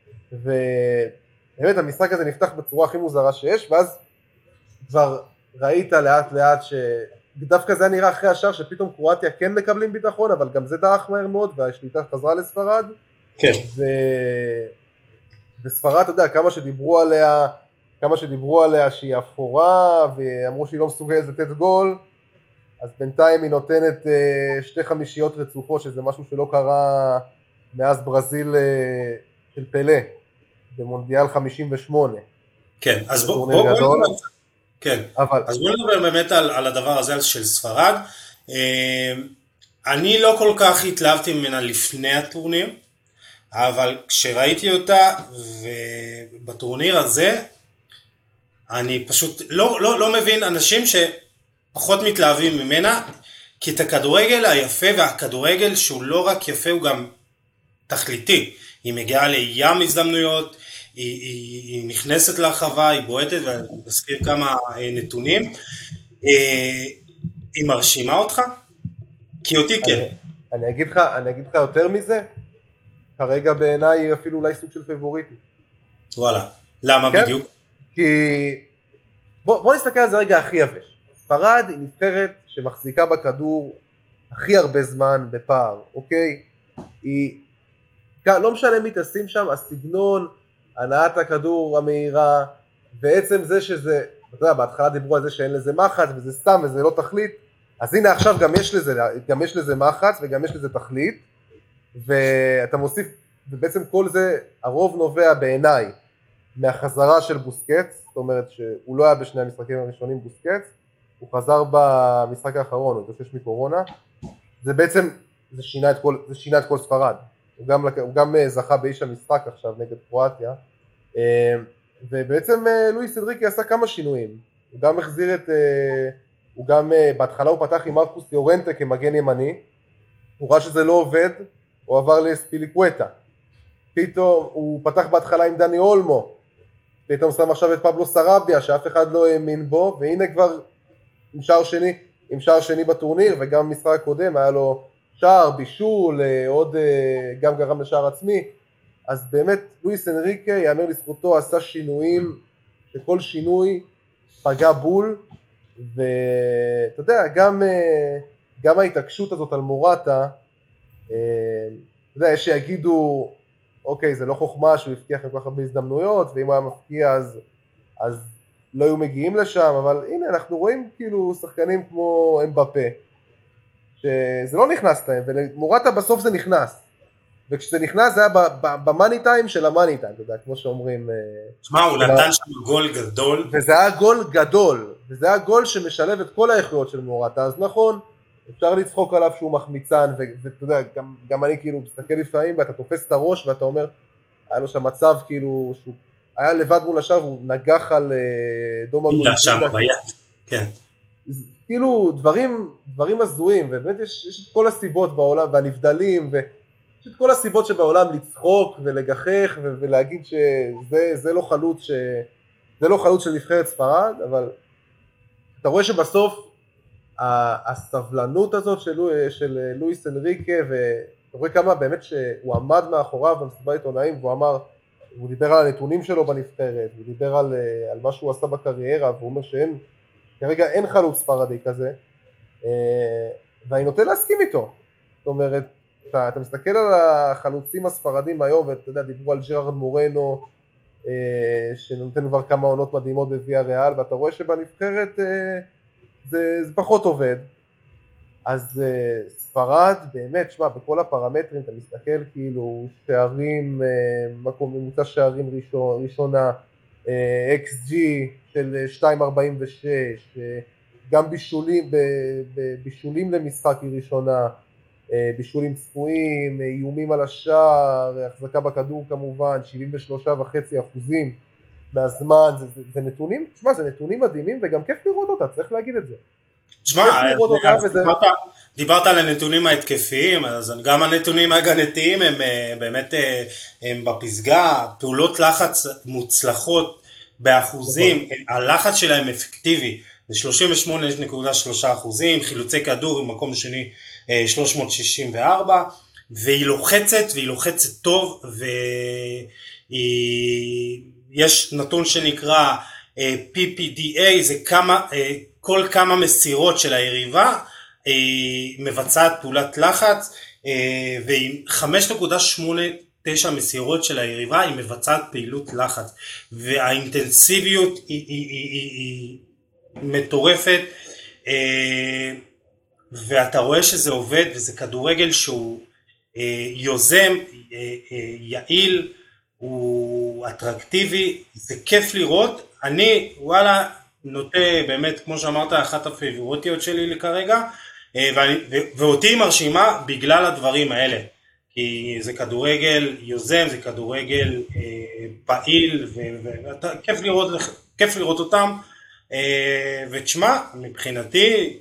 ובאמת המשחק הזה נפתח בצורה הכי מוזרה שיש, ואז כבר ראית לאט לאט שדווקא זה נראה אחרי השער, שפתאום קרואטיה כן מקבלים ביטחון, אבל גם זה דרך מהר מאוד, והשליטה חזרה לספרד, כן. ו... וספרד, אתה יודע, כמה שדיברו עליה, כמה שדיברו עליה שהיא אפורה, ואמרו שהיא לא מסוגלת לתת גול, אז בינתיים היא נותנת שתי חמישיות רצופות, שזה משהו שלא קרה מאז ברזיל של פלה, במונדיאל חמישים ושמונה. כן, אז בואו בוא, בוא, בוא, כן. אבל... אז בואו נדבר באמת על, על הדבר הזה של ספרד. אני לא כל כך התלהבתי ממנה לפני הטורניר, אבל כשראיתי אותה ובטורניר הזה, אני פשוט לא, לא, לא מבין אנשים ש... פחות מתלהבים ממנה, כי את הכדורגל היפה והכדורגל שהוא לא רק יפה הוא גם תכליתי, היא מגיעה לים הזדמנויות, היא, היא, היא נכנסת להרחבה, היא בועטת, ואני אזכיר כמה נתונים. היא מרשימה אותך? כי אותי כן. אני, אני אגיד לך, אני אגיד לך יותר מזה, כרגע בעיניי היא אפילו אולי סוג של פייבוריטי. וואלה, למה כן? בדיוק? כי בוא, בוא נסתכל על זה רגע הכי יבש. ספרד היא נבחרת שמחזיקה בכדור הכי הרבה זמן בפער, אוקיי? היא, לא משנה מי תשים שם, הסגנון, הנעת הכדור המהירה, ועצם זה שזה, אתה יודע, בהתחלה דיברו על זה שאין לזה מחץ, וזה סתם, וזה לא תכלית, אז הנה עכשיו גם יש לזה, גם יש לזה מחץ, וגם יש לזה תכלית, ואתה מוסיף, ובעצם כל זה, הרוב נובע בעיניי, מהחזרה של בוסקץ, זאת אומרת שהוא לא היה בשני המשחקים הראשונים בוסקץ, הוא חזר במשחק האחרון, הוא התאושש מקורונה, זה בעצם, זה שינה את כל, זה שינה את כל ספרד, הוא גם, הוא גם זכה באיש המשחק עכשיו נגד קרואטיה, ובעצם לואיס אנריקי עשה כמה שינויים, הוא גם החזיר את, הוא גם, בהתחלה הוא פתח עם מרקוס יורנטה כמגן ימני, הוא ראה שזה לא עובד, הוא עבר לספיליקווטה, פתאום הוא פתח בהתחלה עם דני אולמו, פתאום שם עכשיו את פבלו סרביה, שאף אחד לא האמין בו, והנה כבר עם שער שני, עם שער שני בטורניר, וגם במשחק הקודם היה לו שער, בישול, עוד גם גרם לשער עצמי, אז באמת לואיס אנריקה, יאמר לזכותו, עשה שינויים, שכל שינוי פגע בול, ואתה יודע, גם, גם ההתעקשות הזאת על מורטה, אתה יודע, יש שיגידו, אוקיי, זה לא חוכמה שהוא הבטיח כל כך הרבה הזדמנויות, ואם הוא היה מפקיע אז, אז לא היו מגיעים לשם, אבל הנה אנחנו רואים כאילו שחקנים כמו אמבפה, שזה לא נכנס להם, ולמורטה בסוף זה נכנס, וכשזה נכנס זה היה במאני טיים של המאני טיים, אתה יודע, כמו שאומרים. תשמע, הוא נתן שם גול גדול. וזה היה גול גדול, וזה היה גול שמשלב את כל האיכויות של מורטה, אז נכון, אפשר לצחוק עליו שהוא מחמיצן, ואתה יודע, גם, גם אני כאילו מסתכל לפעמים, ואתה תופס את הראש, ואתה אומר, היה לו שם מצב כאילו, שהוא היה לבד מול השאר, והוא נגח על דומה גול. שם ביד, כן. כאילו, דברים, דברים הזויים, ובאמת יש, יש את כל הסיבות בעולם, והנבדלים, ויש את כל הסיבות שבעולם לצחוק, ולגחך, ו- ולהגיד שזה זה לא חלוץ, ש... זה לא חלוץ של נבחרת ספרד, אבל אתה רואה שבסוף, הסבלנות הזאת של, של לואיס אנריקה, ואתה רואה כמה באמת שהוא עמד מאחוריו במסיבת עיתונאים, והוא אמר, הוא דיבר על הנתונים שלו בנבחרת, הוא דיבר על, על מה שהוא עשה בקריירה, והוא אומר שאין, כרגע אין חלוץ ספרדי כזה, ואני נוטה להסכים איתו. זאת אומרת, אתה, אתה מסתכל על החלוצים הספרדים היום, ואתה יודע, דיברו על ג'רארד מורנו, שנותן כבר כמה עונות מדהימות בוויה ריאל, ואתה רואה שבנבחרת זה, זה פחות עובד. אז ספרד באמת, שמה, בכל הפרמטרים אתה מסתכל כאילו שערים, מקום ממוצע שערים ראשון, ראשונה, אקס ג'י של שתיים ארבעים ושש, גם בישולים, בישולים למשחק היא ראשונה, בישולים צפויים, איומים על השער, החזקה בכדור כמובן, שבעים ושלושה וחצי אחוזים מהזמן, זה, זה, זה נתונים, תשמע, זה נתונים מדהימים וגם כיף לראות אותה, צריך להגיד את זה. תשמע, דיברת, דיברת על הנתונים ההתקפיים, אז גם הנתונים ההגנתיים הם באמת הם בפסגה, פעולות לחץ מוצלחות באחוזים, הלחץ שלהם אפקטיבי, זה שלושים ושמונה נקודה שלושה אחוזים, חילוצי כדור במקום שני שלוש מאות שישים וארבע, והיא לוחצת, והיא לוחצת טוב, ויש נתון שנקרא פי פי די איי, זה כמה, כל כמה מסירות של היריבה, מבצעת פעולת לחץ, ועם חמש נקודה שמונה תשע מסירות של היריבה, היא מבצעת פעילות לחץ, והאינטנסיביות היא, היא, היא, היא, היא מטורפת, ואתה רואה שזה עובד, וזה כדורגל שהוא יוזם, יעיל, הוא אטרקטיבי, זה כיף לראות. אני, וואלה, נוטה באמת, כמו שאמרת, אחת הפייבוריטיות שלי כרגע, ואני, ואותי מרשימה בגלל הדברים האלה, כי זה כדורגל יוזם, זה כדורגל פעיל, וכיף לראות, כיף לראות אותם. ותשמע, מבחינתי,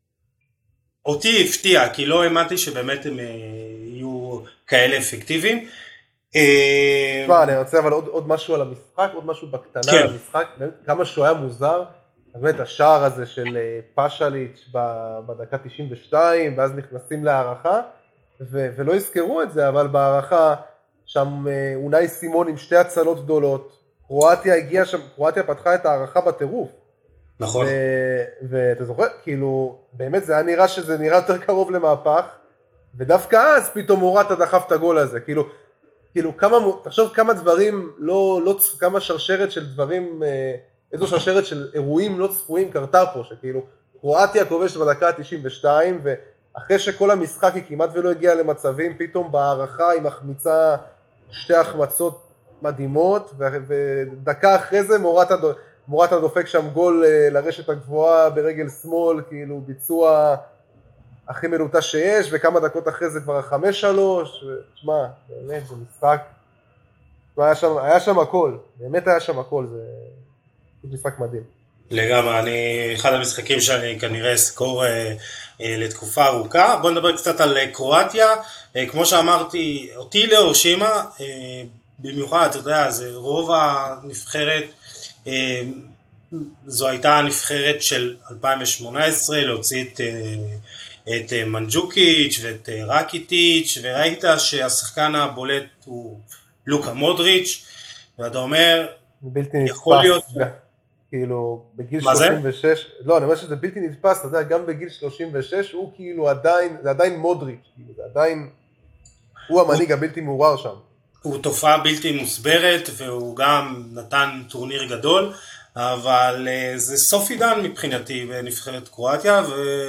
אותי הפתיע, כי לא האמנתי שבאמת הם יהיו כאלה אפקטיביים. תשמע, אני רוצה אבל עוד, עוד משהו על המשחק, עוד משהו בקטנה כן. על המשחק, כמה שהוא היה מוזר, באמת השער הזה של פשליץ' בדקה תשעים ושתיים, ואז נכנסים להערכה, ו- ולא יזכרו את זה, אבל בהערכה, שם אונאי סימון עם שתי הצלות גדולות, קרואטיה הגיעה שם, קרואטיה פתחה את הערכה בטירוף. נכון. ואתה זוכר, כאילו, באמת זה היה נראה שזה נראה יותר קרוב למהפך, ודווקא אז פתאום מורטה דחף את הגול הזה, כאילו, כאילו כמה, תחשוב כמה דברים, לא, לא, כמה שרשרת של דברים, איזו שרשרת של אירועים לא צפויים קרתה פה, שכאילו, קרואטיה כובשת בדקה תשעים ושתיים, ואחרי שכל המשחק היא כמעט ולא הגיעה למצבים, פתאום בהערכה היא מחמיצה שתי החמצות מדהימות, ודקה אחרי זה מורטה, מורטה דופק שם גול לרשת הגבוהה ברגל שמאל, כאילו ביצוע הכי מלוטה שיש, וכמה דקות אחרי זה כבר חמש שלוש, ותשמע, באמת זה משחק, היה שם, היה שם הכל, באמת היה שם הכל, זה משחק מדהים. לגמרי, אני, אחד המשחקים שאני כנראה אזכור אה, אה, לתקופה ארוכה. בוא נדבר קצת על קרואטיה, אה, כמו שאמרתי, אותי להרשימה, אה, במיוחד, אתה יודע, זה רוב הנבחרת, אה, זו הייתה הנבחרת של אלפיים שמונה עשרה, להוציא את, אה, את מנג'וקיץ' ואת רקיטיץ', וראית שהשחקן הבולט הוא לוקה מודריץ', ואתה אומר, יכול להיות... כאילו, בגיל שלושים ושש, לא, אני אומר שזה בלתי נתפס, אתה יודע, גם בגיל שלושים ושש, הוא כאילו עדיין, זה עדיין מודריץ', כאילו, זה עדיין, הוא המנהיג הבלתי מעורר שם. הוא תופעה בלתי מוסברת, והוא גם נתן טורניר גדול, אבל זה סוף עידן מבחינתי בנבחרת קרואטיה,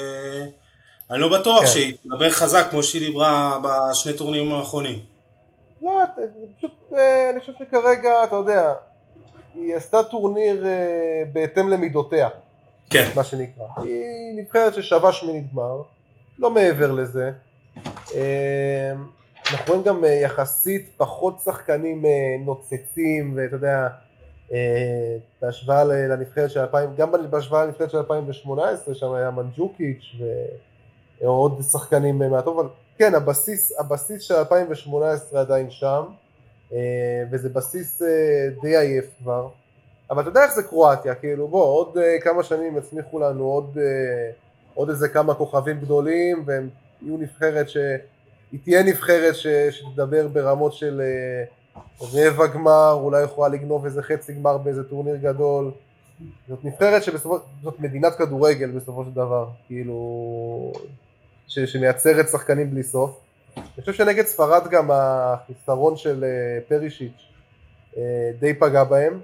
ואני לא בטוח שהיא תדבר חזק כמו שהיא דיברה בשני טורנירים האחרונים. לא, אני חושב שכרגע, אתה יודע, היא עשתה טורניר בהתאם למידותיה, כן. מה שנקרא. היא נבחרת ששווה שמינית גמר, לא מעבר לזה. אנחנו רואים גם יחסית פחות שחקנים נוצצים, ואתה יודע, בהשוואה לנבחרת של אלפיים, גם בהשוואה לנבחרת של אלפיים שמונה עשרה, שם היה מנג'וקיץ' ועוד שחקנים מהטוב, אבל כן, הבסיס, הבסיס של אלפיים שמונה עשרה עדיין שם, וזה בסיס די עייף כבר, אבל אתה יודע איך זה קרואטיה, כאילו בוא, עוד כמה שנים יצמיחו לנו עוד, עוד איזה כמה כוכבים גדולים, והם יהיו נבחרת, שהיא תהיה נבחרת ש, שתדבר ברמות של רבע גמר, אולי יכולה לגנוב איזה חצי גמר באיזה טורניר גדול, זאת נבחרת שבסופו, זאת מדינת כדורגל בסופו של דבר, כאילו, ש, שמייצרת שחקנים בלי סוף. אני חושב שנגד ספרד גם החיסרון של פרישיץ' די פגע בהם,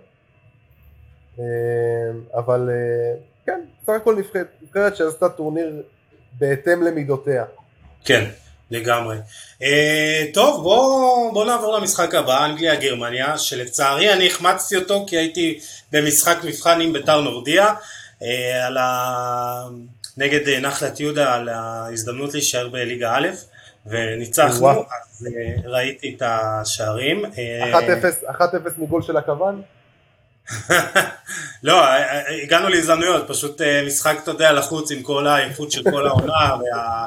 אבל כן, סך הכל נבחרת שעשתה טורניר בהתאם למידותיה. כן, לגמרי. טוב, בוא, בוא נעבור למשחק הבא, אנגליה גרמניה, שלצערי אני החמצתי אותו כי הייתי במשחק מבחן עם בית"ר נורדיה, על ה... נגד נחלת יהודה על ההזדמנות להישאר בליגה א', וניצחנו, אז ראיתי את השערים. אחת אפס מגול של הכוון? לא, הגענו להזדמנויות, פשוט משחק, אתה יודע, לחוץ עם כל העייפות של כל העונה.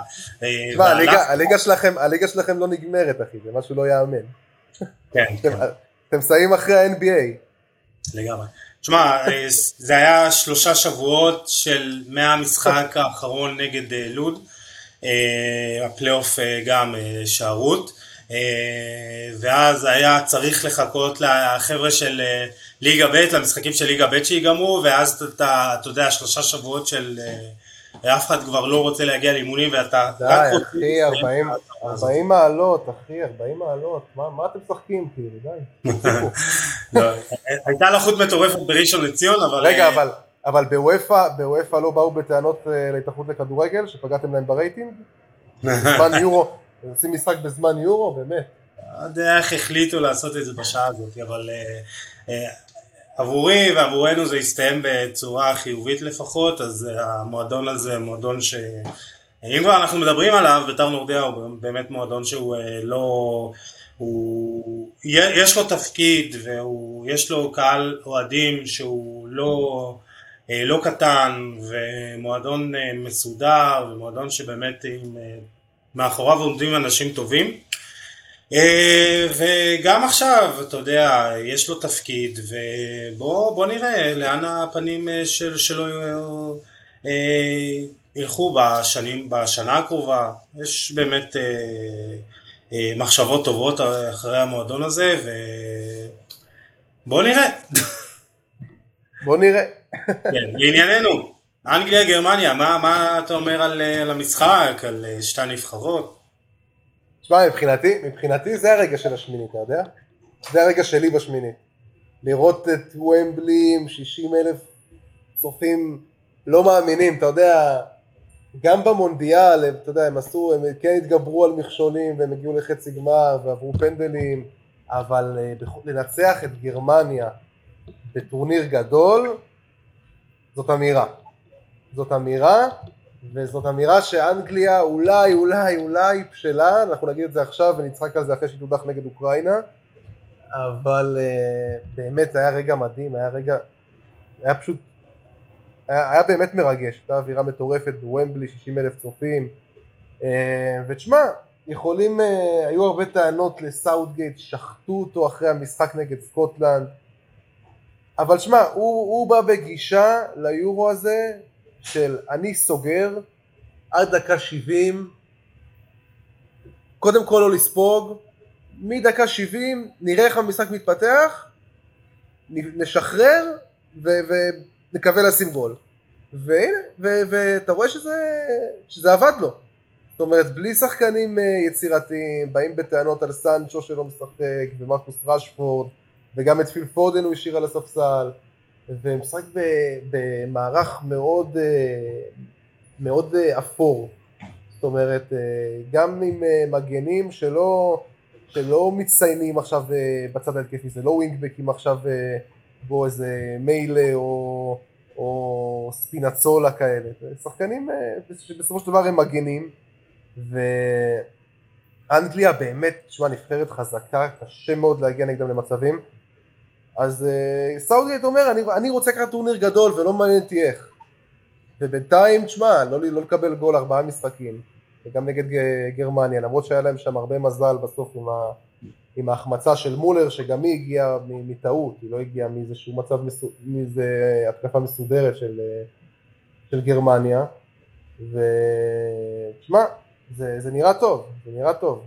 הליגה שלכם לא נגמרת, אחי, זה משהו לא יאמן. כן. אתם מסיים אחרי ה-אן בי איי. לגמרי. תשמע, זה היה שלושה שבועות של מהמשחק האחרון נגד לוד, הפלייאוף גם שערות, ואז היה צריך לחכות לחבר'ה של ליגה ב', למשחקים של ליגה ב' שיגמרו, ואז אתה, אתה יודע, שלושה שבועות של אף אחד כבר לא רוצה להגיע לאימונים, ואתה... די, אחי, ארבעים מעלות, אחי, ארבעים מעלות, מה אתם משחקים, כאילו, די. הייתה לחות מטורפת בראשון לציון, אבל... רגע, אבל... אבל בוופא, בוופא לא באו בטענות להתאחדות לכדורגל, שפגעתם להם ברייטינג? בזמן יורו, עושים משחק בזמן יורו, באמת. לא יודע איך החליטו לעשות את זה בשעה הזאת, אבל עבורי ועבורנו זה הסתיים בצורה חיובית לפחות, אז המועדון הזה, מועדון ש... אם כבר אנחנו מדברים עליו, בית"ר נורדיה הוא באמת מועדון שהוא לא... הוא... יש לו תפקיד, ויש לו קהל אוהדים שהוא לא... לא קטן ומועדון מסודר ומועדון שבאמת עם, מאחוריו עומדים אנשים טובים, וגם עכשיו אתה יודע יש לו תפקיד ובוא בוא נראה לאן הפנים של, שלו ילכו בשנים, בשנה הקרובה. יש באמת מחשבות טובות אחרי המועדון הזה ובוא נראה. בוא נראה. כן, לענייננו, אנגליה, גרמניה, מה, מה אתה אומר על, על המשחק, על שתי הנבחרות? תשמע, מבחינתי, מבחינתי זה הרגע של השמינית, אתה יודע? זה הרגע שלי בשמינית. לראות את ומבלי עם שישים אלף צופים לא מאמינים, אתה יודע, גם במונדיאל, אתה יודע, הם עשו, הם כן התגברו על מכשולים והם הגיעו לחצי גמר ועברו פנדלים, אבל לנצח את גרמניה בטורניר גדול, זאת אמירה. זאת אמירה, וזאת אמירה שאנגליה אולי, אולי, אולי בשלה, אנחנו נגיד את זה עכשיו ונצחק על זה אחרי שתודח נגד אוקראינה, אבל uh, באמת היה רגע מדהים, היה רגע, היה פשוט, היה, היה באמת מרגש, הייתה אווירה מטורפת בוומבלי, שישים אלף צופים, uh, ותשמע, יכולים, uh, היו הרבה טענות לסאוטגייט, שחטו אותו אחרי המשחק נגד סקוטלנד, אבל שמה, הוא, הוא בא בגישה ליורו הזה של אני סוגר עד דקה שבעים, קודם כל לא לספוג, מדקה שבעים נראה איך המשחק מתפתח, נשחרר ונקווה לשים גול. והנה, ואתה רואה שזה, שזה עבד לו. זאת אומרת, בלי שחקנים יצירתיים, באים בטענות על סנצ'ו שלא משחק, ומרקוס רשפורד, וגם את פיל פודן הוא השאיר על הספסל, ומשחק במערך מאוד מאוד אפור, זאת אומרת גם עם מגנים שלא שלא מציינים עכשיו בצד ההתקפי, זה לא ווינגבקים עכשיו בו איזה מיילה או, או ספינצולה כאלה, שחקנים שבסופו של דבר הם מגנים, ואנגליה באמת, תשמע, נבחרת חזקה, קשה מאוד להגיע נגדם למצבים, אז uh, סאוטגייט אומר, אני, אני רוצה לקחת טורניר גדול ולא מעניין אותי איך. ובינתיים, תשמע, לא, לא לקבל גול ארבעה משחקים, וגם נגד גרמניה, למרות שהיה להם שם הרבה מזל בסוף עם, ה, עם ההחמצה של מולר, שגם היא הגיעה מטעות, היא לא הגיעה מאיזשהו מצב, מסו, מאיזה התקפה מסודרת של, של גרמניה, ותשמע, זה, זה נראה טוב, זה נראה טוב.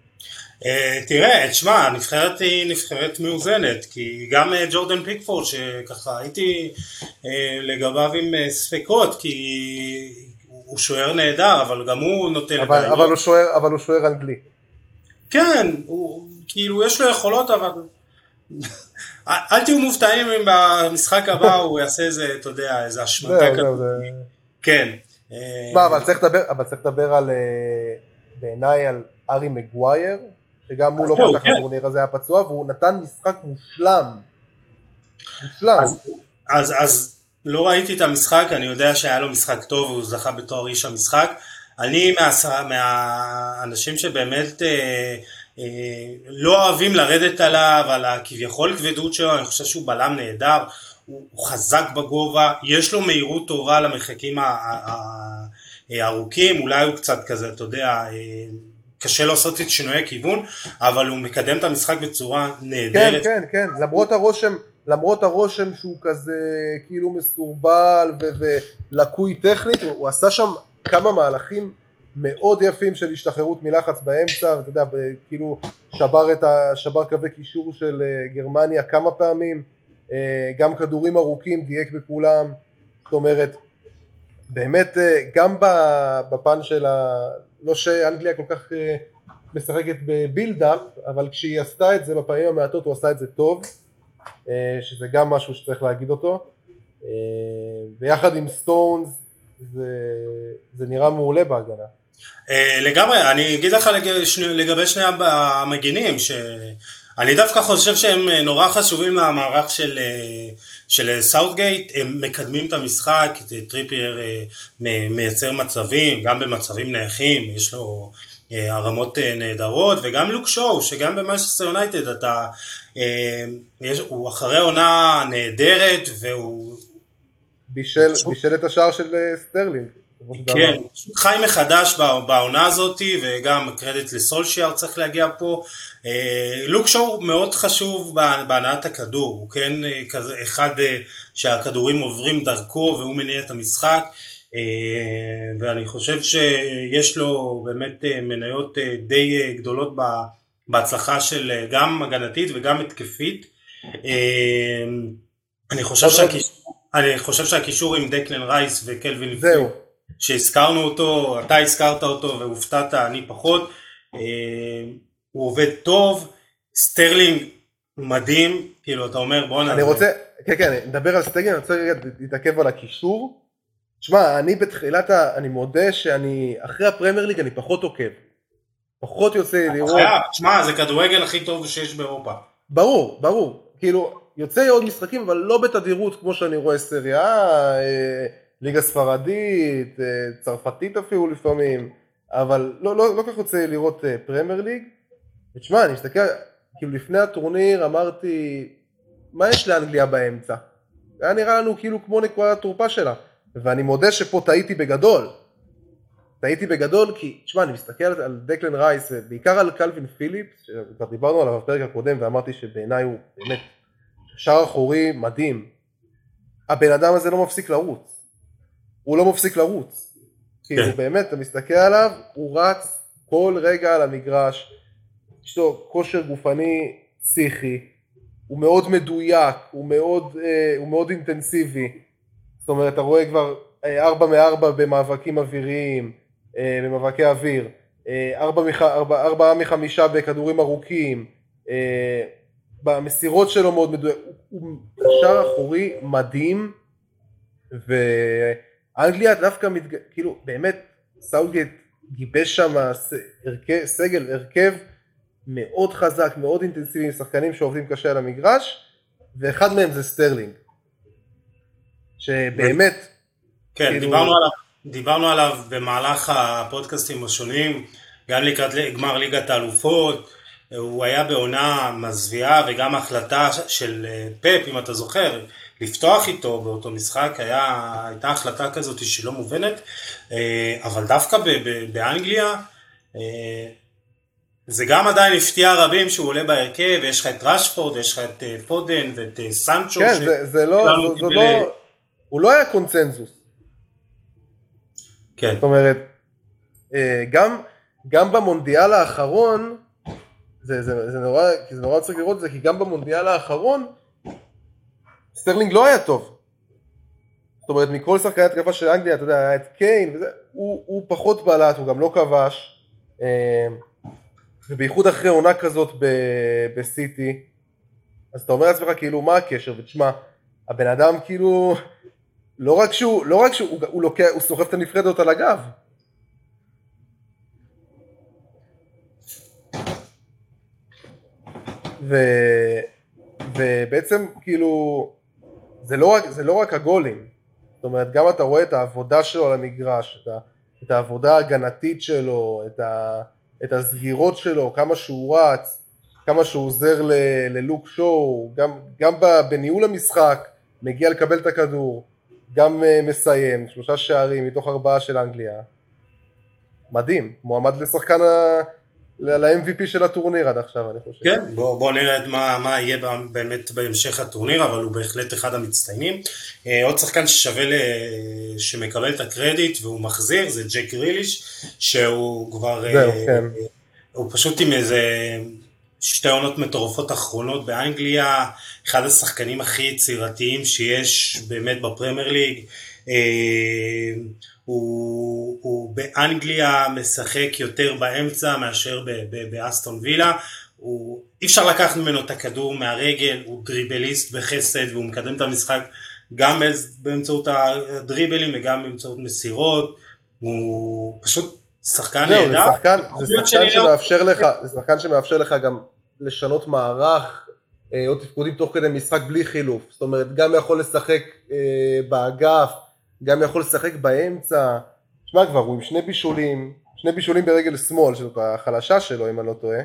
תראה, תשמע, הנבחרת היא נבחרת מאוזנת, כי גם ג'ורדן פיקפורד שככה הייתי לגביו עם ספקות, כי הוא שוער נהדר, אבל גם הוא נוטה אבל, אבל הוא שוער, אבל הוא שוער אנגלי. כן, הוא, כאילו יש לו יכולות, אבל אל תהיו מופתעים אם במשחק הבא הוא יעשה איזה, אתה יודע, איזה השמטה כזאת. כן. מה, אבל צריך לדבר, אבל צריך לדבר על, בעיניי על ארי מגווייר, שגם הוא לא כל כך הטורניר הזה היה פצוע, והוא נתן משחק מושלם. מושלם. אז, אז, אז לא ראיתי את המשחק, אני יודע שהיה לו משחק טוב, והוא זכה בתואר איש המשחק. אני מהאנשים שבאמת אה, אה, לא אוהבים לרדת עליו, על הכביכול כבדות שלו, אני חושב שהוא בלם נהדר, הוא, הוא חזק בגובה, יש לו מהירות טובה למרחקים הארוכים, אולי הוא קצת כזה, אתה יודע, אה, קשה לעשות את שינויי כיוון, אבל הוא מקדם את המשחק בצורה נהדרת. כן, כן, כן, למרות הרושם, למרות הרושם שהוא כזה כאילו מסורבל ולקוי טכנית, הוא עשה שם כמה מהלכים מאוד יפים של השתחררות מלחץ באמצע, ואתה יודע, כאילו שבר את השבר קווי קישור של גרמניה כמה פעמים, גם כדורים ארוכים דייק בכולם, זאת אומרת, באמת גם בפן של ה... לא שאנגליה כל כך משחקת בבילדאפ, אבל כשהיא עשתה את זה בפעמים המעטות הוא עשה את זה טוב, שזה גם משהו שצריך להגיד אותו, ויחד עם סטונס זה, זה נראה מעולה בהגנה. לגמרי, אני אגיד לך לגבי שני המגינים, שאני דווקא חושב שהם נורא חשובים למערך של, של סאוטגייט, הם מקדמים את המשחק, טריפייר מייצר מצבים, גם במצבים נייחים, יש לו הרמות נהדרות, וגם לוק שואו, שגם במנצ'סטר יונייטד אתה, הוא אחרי עונה נהדרת, והוא בישל, בישל את השער של סטרלינג. כן, חי מחדש בעונה הזאת, וגם קרדיט לסולשייר צריך להגיע פה. לוק שואו מאוד חשוב בהנעת הכדור, הוא כן כזה אחד שהכדורים עוברים דרכו והוא מניע את המשחק, ואני חושב שיש לו באמת מניות די גדולות בהצלחה של גם הגנתית וגם התקפית. אני חושב שהקישור, אני חושב שהקישור עם דקלן רייס וקלווין זהו. שהזכרנו אותו, אתה הזכרת אותו והופתעת, אני פחות, הוא עובד טוב, סטרלינג מדהים, כאילו אתה אומר בוא נעזר. אני רוצה, כן כן, נדבר על סטרלינג, אני רוצה להתעכב על הקישור. שמע, אני בתחילת, אני מודה שאני, אחרי הפרמייר ליג אני פחות עוקב, פחות יוצא לראות. שמע, זה כדורגל הכי טוב שיש באירופה. ברור, ברור, כאילו יוצא עוד משחקים, אבל לא בתדירות כמו שאני רואה סריה, ליגה ספרדית, צרפתית אפילו לפעמים, אבל לא, לא, לא כך רוצה לראות פרמייר ליג. ותשמע, אני מסתכל, כאילו לפני הטורניר אמרתי, מה יש לאנגליה באמצע? היה נראה לנו כאילו כמו נקודת התורפה שלה, ואני מודה שפה טעיתי בגדול. טעיתי בגדול כי, תשמע, אני מסתכל על דקלן רייס, ובעיקר על קלווין פיליפס, שכבר דיברנו עליו בפרק הקודם, ואמרתי שבעיניי הוא באמת שער אחורי מדהים. הבן אדם הזה לא מפסיק לרוץ. הוא לא מפסיק לרוץ, כאילו באמת, אתה מסתכל עליו, הוא רץ כל רגע על המגרש, יש לו כושר גופני פסיכי, הוא מאוד מדויק, הוא מאוד, אה, הוא מאוד אינטנסיבי, זאת אומרת, אתה רואה כבר ארבע מארבע במאבקים אוויריים, אה, במאבקי אוויר, אה, ארבע, מח, ארבע, ארבע מחמישה בכדורים ארוכים, אה, במסירות שלו מאוד מדויק, הוא שער אחורי מדהים, ו... אנגליה דווקא, מתג... כאילו, באמת, סאוטגייט גיבש שם הרכב, סגל, הרכב מאוד חזק, מאוד אינטנסיבי, שחקנים שעובדים קשה על המגרש, ואחד מהם זה סטרלינג. שבאמת... כן, כאילו... דיברנו עליו, דיברנו עליו במהלך הפודקאסטים השונים, גם לקראת גמר ליגת האלופות, הוא היה בעונה מזוויעה, וגם ההחלטה של פפ, אם אתה זוכר, לפתוח איתו באותו משחק, היה, הייתה החלטה כזאת שלא מובנת, אבל דווקא באנגליה, זה גם עדיין הפתיע רבים שהוא עולה בהרכב, ויש לך את רשפורד, ויש לך את פודן ואת סנצ'ו. כן, ש... זה, זה לא, זה, זה לא, הוא לא היה קונצנזוס. כן. זאת אומרת, גם, גם במונדיאל האחרון, זה, זה, זה נורא, זה נורא צריך לראות את זה, כי גם במונדיאל האחרון, סטרלינג לא היה טוב. זאת אומרת, מכל שחקני התקפה של אנגליה, אתה יודע, היה את קיין, וזה, הוא, הוא פחות בלט, הוא גם לא כבש, ובייחוד אחרי עונה כזאת בסיטי, אז אתה אומר לעצמך, כאילו, מה הקשר? ותשמע, הבן אדם כאילו, לא רק שהוא, לא רק שהוא, הוא, הוא, לוקח, הוא סוחב את הנפרדת על הגב. ו... ובעצם כאילו זה לא רק, זה לא רק הגולים, זאת אומרת גם אתה רואה את העבודה שלו על המגרש, את, ה... את העבודה ההגנתית שלו, את, ה... את הסגירות שלו, כמה שהוא רץ, כמה שהוא עוזר ל... ללוק שואו, גם, גם בניהול המשחק, מגיע לקבל את הכדור, גם מסיים, שלושה שערים מתוך ארבעה של אנגליה, מדהים, מועמד לשחקן ה... ל-אם וי פי של הטורניר עד עכשיו, אני חושב. כן, בוא, בוא נראה מה, מה יהיה באמת בהמשך הטורניר, אבל הוא בהחלט אחד המצטיינים. עוד שחקן ששווה, שמקבל את הקרדיט והוא מחזיר, זה ג'ק גריליש, שהוא כבר, זהו, כן. הוא פשוט עם איזה שתי עונות מטורפות אחרונות באנגליה, אחד השחקנים הכי יצירתיים שיש באמת בפרמייר ליג, הוא, הוא באנגליה משחק יותר באמצע מאשר באסטון וילה, הוא, אי אפשר לקחת ממנו את הכדור מהרגל, הוא דריבליסט בחסד והוא מקדם את המשחק גם באמצעות הדריבלים וגם באמצעות מסירות, הוא פשוט שחקן נהדר. זה שחקן, זה שחקן שמאפשר לך, זה שחקן שמאפשר לך גם לשנות מערך או תפקודים תוך כדי משחק בלי חילוף, זאת אומרת גם יכול לשחק באגף, גם יכול לשחק באמצע, שמע כבר, הוא עם שני בישולים, שני בישולים ברגל שמאל, זאת החלשה שלו, אם אני לא טועה,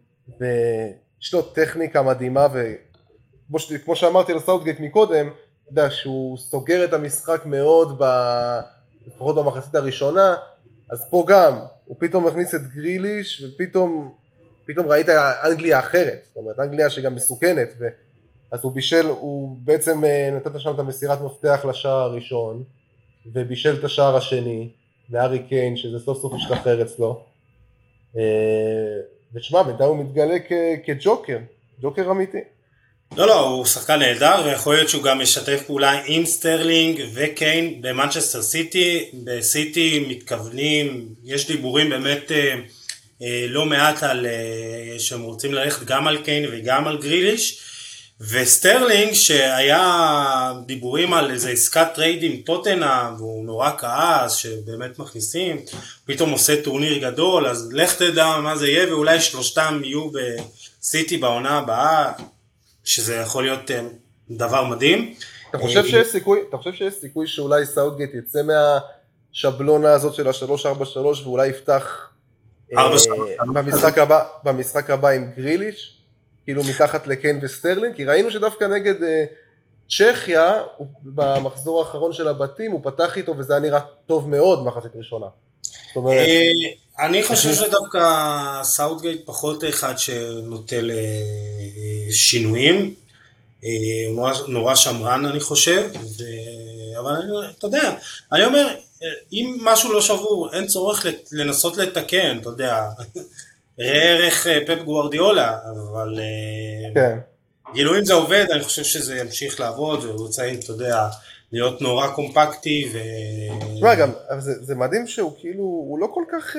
ויש לו טכניקה מדהימה, וכמו שאמרתי לסאוטגייט מקודם, יודע, שהוא סוגר את המשחק מאוד, ב... לפחות במחצית הראשונה, אז פה גם, הוא פתאום מכניס את גריליש, ופתאום פתאום ראית אנגליה אחרת, זאת אומרת, אנגליה שגם מסוכנת, ו... אז הוא בישל, הוא בעצם נתת שם את המסירת מפתח לשער הראשון, ובישל את השער השני, לארי קיין, שזה סוף סוף השתחרר אצלו, ושמע, בינתיים הוא מתגלה כ- כג'וקר, ג'וקר אמיתי. לא, לא, הוא שחקן נהדר, ויכול להיות שהוא גם משתף פעולה עם סטרלינג וקיין במנצ'סטר סיטי. בסיטי מתכוונים, יש דיבורים באמת אה, אה, לא מעט על אה, שהם רוצים ללכת גם על קיין וגם על גריליש, וסטרלינג שהיה דיבורים על איזה עסקת טרייד עם טוטנהאם, והוא נורא כעס שבאמת מכניסים, פתאום עושה טורניר גדול, אז לך תדע מה זה יהיה, ואולי שלושתם יהיו בסיטי בעונה הבאה, שזה יכול להיות דבר מדהים. אתה חושב שיש סיכוי, אתה חושב שיש סיכוי שאולי סאוטגייט יצא מהשבלונה הזאת של ה-שלוש ארבע שלוש ואולי יפתח במשחק הבא, במשחק הבא עם גריליש, כאילו מתחת לקיין וסטרלינג, כי ראינו שדווקא נגד צ'כיה, במחזור האחרון של הבתים, הוא פתח איתו וזה היה נראה טוב מאוד מחצית ראשונה. זאת אומרת... אני חושב שדווקא סאוטגייט פחות אחד שנוטה לשינויים, הוא נורא שמרן אני חושב, אבל אתה יודע, אני אומר, אם משהו לא שבור, אין צורך לנסות לתקן, אתה יודע, ראה ערך פפ גוארדיולה, אבל גילו אם זה עובד, אני חושב שזה ימשיך לעבוד, והוא רוצה, אתה יודע, להיות נורא קומפקטי ו... תשמע, גם, זה, זה מדהים שהוא כאילו, הוא לא כל כך,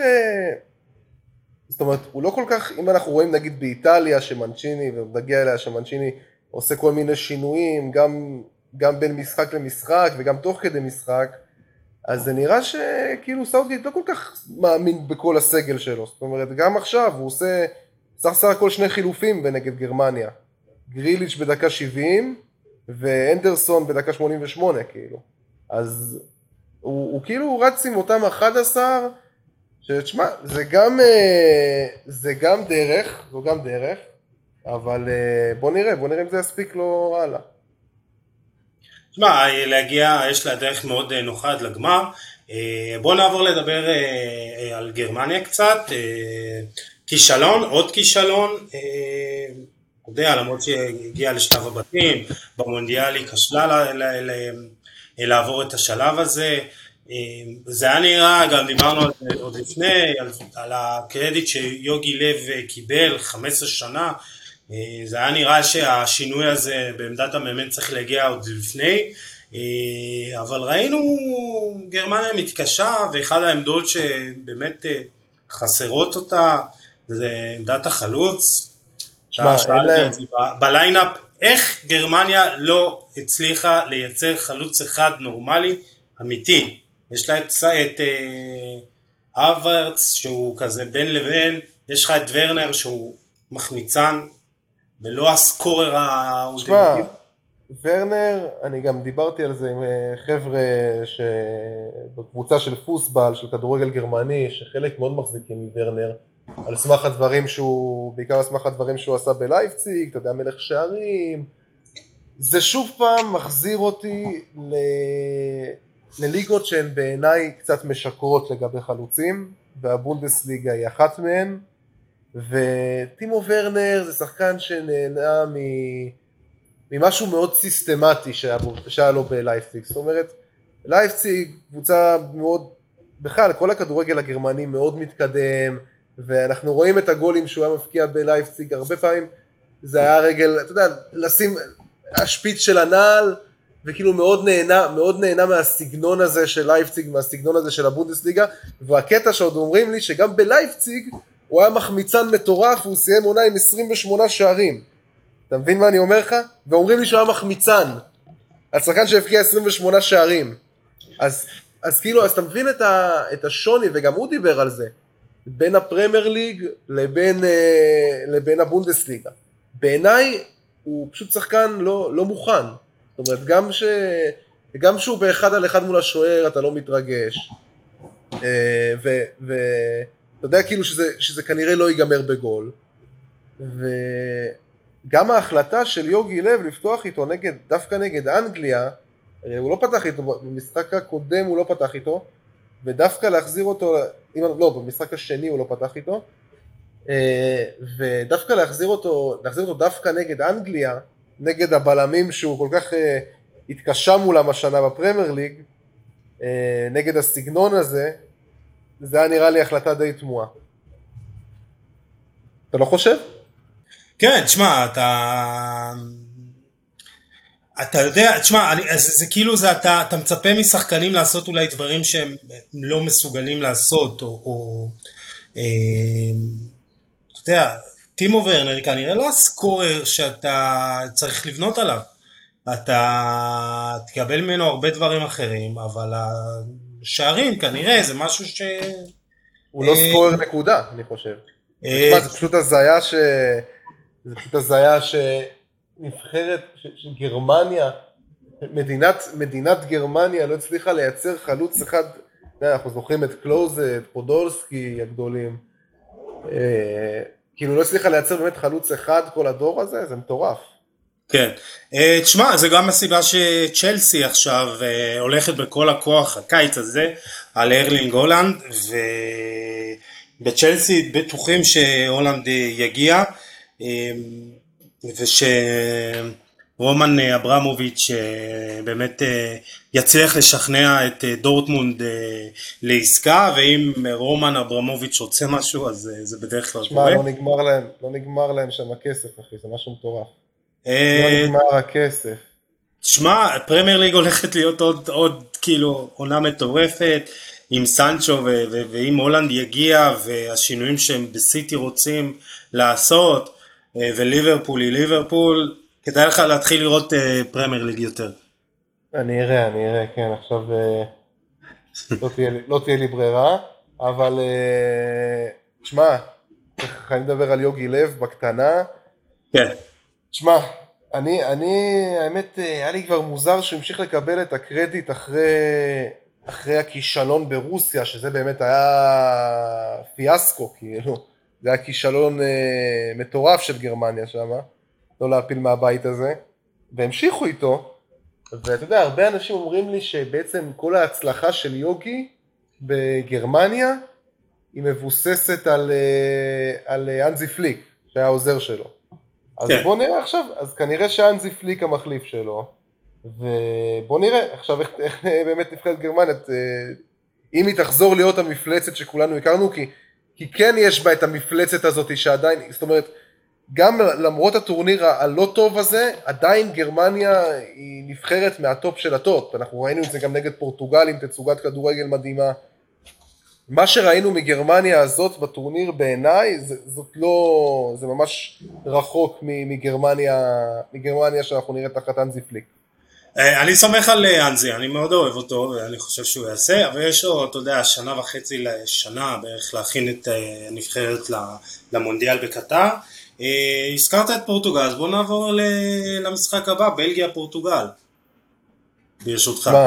זאת אומרת, הוא לא כל כך, אם אנחנו רואים נגיד באיטליה שמנצ'יני, ונגיע אליה שמנצ'יני עושה כל מיני שינויים, גם, גם בין משחק למשחק, וגם תוך כדי משחק, אז זה נראה שכאילו סאוטגייט לא כל כך מאמין בכל הסגל שלו, זאת אומרת, גם עכשיו הוא עושה, סך סך הכל שני חילופים בנגד גרמניה, גריליץ' בדקה שבעים, ואנדרסון בדקה שמונים ושמונה, כאילו. אז הוא, הוא כאילו רץ עם אותם אחד עשר, שתשמע, זה גם, זה גם דרך, זו גם דרך, אבל בוא נראה, בוא נראה אם זה יספיק לו הלאה. תשמע, להגיע, יש לה דרך מאוד נוחה עד לגמר. בוא נעבור לדבר על גרמניה קצת. כישלון, עוד כישלון. אתה יודע, למרות שהגיעה לשלב הבתים, במונדיאל היא כשלה לעבור את השלב הזה. זה היה נראה, גם דיברנו עוד לפני, על, על הקרדיט שיוגי לב קיבל, חמש עשרה שנה, זה היה נראה שהשינוי הזה בעמדת המאמן צריך להגיע עוד לפני, אבל ראינו גרמניה מתקשה, ואחד העמדות שבאמת חסרות אותה, זה עמדת החלוץ, שמה, בליינאפ, איך גרמניה לא הצליחה לייצר חלוץ אחד נורמלי, אמיתי, יש לה את, את אה, אברץ שהוא כזה בין לבין, יש לך את ורנר שהוא מחמיצן, ולא הסקורר האולטימטיבי. ורנר, אני גם דיברתי על זה עם חבר'ה שבקבוצה של פוסבל, של כדורגל גרמני, שחלק מאוד מחזיקים מוורנר, על סמך הדברים שהוא, בעיקר על סמך הדברים שהוא עשה בלייפציג, אתה יודע, מלך שערים, זה שוב פעם מחזיר אותי ל... לליגות שהן בעיניי קצת משקרות לגבי חלוצים, והבונדסליגה היא אחת מהן, וטימו ורנר זה שחקן שנהנה מ... ממשהו מאוד סיסטמטי שהיה, בו, שהיה לו בלייפציג, זאת אומרת, לייפציג קבוצה מאוד, בכלל כל הכדורגל הגרמני מאוד מתקדם, ואנחנו רואים את הגולים שהוא היה מפקיע בלייפציג, הרבה פעמים זה היה רגל, אתה יודע, לשים השפיץ של הנעל, וכאילו מאוד נהנה, מאוד נהנה מהסגנון הזה של לייפציג, מהסגנון הזה של הבונדסליגה, והקטע שעוד אומרים לי שגם בלייפציג הוא היה מחמיצן מטורף, והוא סיים עונה עם עשרים ושמונה שערים. אתה מבין מה אני אומר לך? ואומרים לי שהוא היה מחמיצן, השחקן שהפקיע עשרים ושמונה שערים. אז, אז כאילו, אז אתה מבין את, ה, את השוני, וגם הוא דיבר על זה, בין הפרמייר ליג לבין, אה, לבין הבונדסליגה. בעיניי הוא פשוט שחקן לא, לא מוכן. זאת אומרת, גם, ש... גם שהוא באחד על אחד מול השוער, אתה לא מתרגש. ואתה יודע כאילו שזה, שזה כנראה לא ייגמר בגול. ו... גם ההחלטה של יוגי לב לפתוח איתו נגד, דווקא נגד אנגליה, הוא לא פתח איתו, במשחק הקודם הוא לא פתח איתו, ודווקא להחזיר אותו, לא, במשחק השני הוא לא פתח איתו, ודווקא להחזיר אותו, להחזיר אותו דווקא נגד אנגליה, נגד הבלמים שהוא כל כך התקשה מולם השנה בפרמייר ליג, נגד הסגנון הזה, זה היה נראה לי החלטה די תמוהה. אתה לא חושב? כן, תשמע, אתה... אתה יודע, תשמע, אני, זה, זה כאילו זה, אתה, אתה מצפה משחקנים לעשות אולי דברים שהם לא מסוגלים לעשות, או, או אה, אתה יודע, טימו ורנר כנראה לא הסקורר שאתה צריך לבנות עליו, אתה תקבל ממנו הרבה דברים אחרים, אבל השערים כנראה זה משהו ש... הוא לא סקורר נקודה, אני חושב. תשמע, זה פשוט הזיה ש... זה פשוט הזיה שנבחרת של גרמניה, מדינת, מדינת גרמניה לא הצליחה לייצר חלוץ אחד, אנחנו זוכרים את קלוזה, את פודולסקי הגדולים, כאילו לא הצליחה לייצר באמת חלוץ אחד כל הדור הזה, זה מטורף. כן, תשמע, זה גם הסיבה שצ'לסי עכשיו הולכת בכל הכוח הקיץ הזה על ארלינג הולנד, ובצ'לסי בטוחים שהולנד יגיע, ושרומן אברמוביץ' באמת יצליח לשכנע את דורטמונד לעסקה, ואם רומן אברמוביץ' רוצה משהו אז זה בדרך כלל קורה. לא נגמר להם, לא נגמר להם שם הכסף אחי, זה משהו מטורף. לא נגמר הכסף. תשמע, פרמייר ליג הולכת להיות עוד, עוד כאילו עונה מטורפת עם סנצ'ו, ואם הולנד יגיע והשינויים שהם בסיטי רוצים לעשות, וליברפול היא ליברפול, כדאי לך להתחיל לראות פרמייר ליג יותר. אני אראה, אני אראה, כן, עכשיו לא תהיה, לא תהיה לי ברירה, אבל תשמע, חייבים לדבר על יוגי לב בקטנה. כן. תשמע, אני, אני, האמת, היה לי כבר מוזר שהוא המשיך לקבל את הקרדיט אחרי, אחרי הכישלון ברוסיה, שזה באמת היה פיאסקו, כאילו. זה היה כישלון אה, מטורף של גרמניה שם, לא להפיל מהבית הזה, והמשיכו איתו, ואתה יודע, הרבה אנשים אומרים לי שבעצם כל ההצלחה של יוגי בגרמניה, היא מבוססת על, אה, על אנזי פליק, שהיה העוזר שלו. אז כן. בוא נראה עכשיו, אז כנראה שאנזי פליק המחליף שלו, ובוא נראה עכשיו איך, איך באמת נבחרת גרמניה, אם היא תחזור להיות המפלצת שכולנו הכרנו, כי כי כן יש בה את המפלצת הזאת שעדיין, זאת אומרת, גם למרות הטורניר הלא טוב הזה, עדיין גרמניה היא נבחרת מהטופ של הטופ, אנחנו ראינו את זה גם נגד פורטוגל עם תצוגת כדורגל מדהימה, מה שראינו מגרמניה הזאת בטורניר בעיניי, זה, זאת לא, זה ממש רחוק מגרמניה, מגרמניה שאנחנו נראה תחת אנזי פליק. אני סומך על אנזי, אני מאוד אוהב אותו, ואני חושב שהוא יעשה, אבל יש לו, אתה יודע, שנה וחצי לשנה בערך להכין את הנבחרת למונדיאל בקטר. הזכרת את פורטוגל, אז בוא נעבור למשחק הבא, בלגיה-פורטוגל. ברשותך. מה?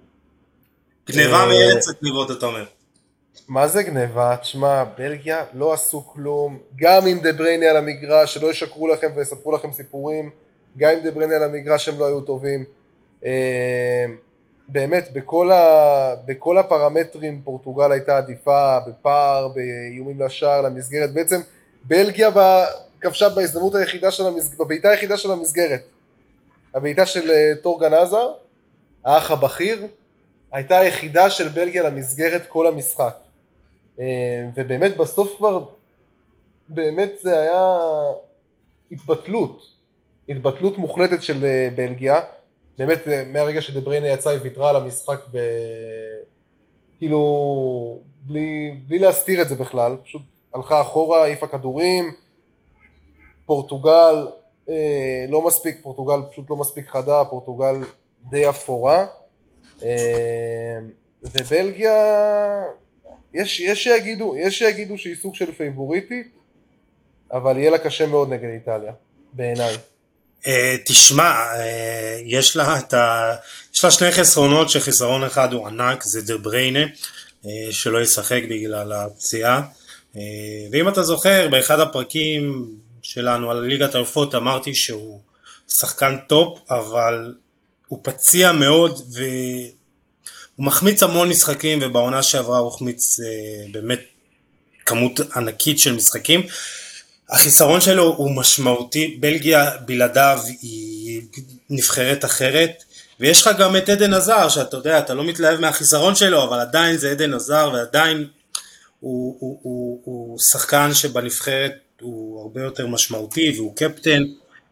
גניבה מארץ הגניבות, אתה אומר. מה זה גניבה? תשמע, בלגיה לא עשו כלום, גם עם דה בריינה על המגרש, שלא ישקרו לכם ויספרו לכם סיפורים, גם עם דה בריינה על המגרש הם לא היו טובים. באמת, בכל, ה... בכל הפרמטרים פורטוגל הייתה עדיפה, בפער, באיומים לשער, למסגרת. בעצם בלגיה כבשה בהזדמנות היחידה של המסגרת, בביתה היחידה של המסגרת. הביתה של טורגן עזר, האח הבכיר, הייתה היחידה של בלגיה למסגרת כל המשחק. ובאמת בסוף כבר, באמת זה היה התבטלות, התבטלות מוחלטת של בלגיה. באמת מהרגע שדה בריינה יצא היא ויתרה על המשחק ב... כאילו בלי, בלי להסתיר את זה בכלל, פשוט הלכה אחורה, העיפה כדורים, פורטוגל אה, לא מספיק, פורטוגל פשוט לא מספיק חדה, פורטוגל די אפורה, אה, ובלגיה יש, יש שיגידו, יש שיגידו שהיא סוג של פייבוריטית, אבל יהיה לה קשה מאוד נגד איטליה, בעיניי. תשמע, יש לה את ה... יש לה שני חסרונות, שחיסרון אחד הוא ענק, זה דה בריינה, שלא ישחק בגלל הפציעה, ואם אתה זוכר, באחד הפרקים שלנו על ליגת האלופות, אמרתי שהוא שחקן טופ, אבל הוא פציע מאוד והוא מחמיץ המון משחקים, ובעונה שעברה הוא החמיץ באמת כמות ענקית של משחקים. החיסרון שלו הוא משמעותי, בלגיה בלעדיו היא נבחרת אחרת, ויש לך גם את עדן עזר, שאתה יודע, אתה לא מתלהב מהחיסרון שלו, אבל עדיין זה עדן עזר, ועדיין הוא, הוא, הוא, הוא שחקן שבנבחרת הוא הרבה יותר משמעותי, והוא קפטן,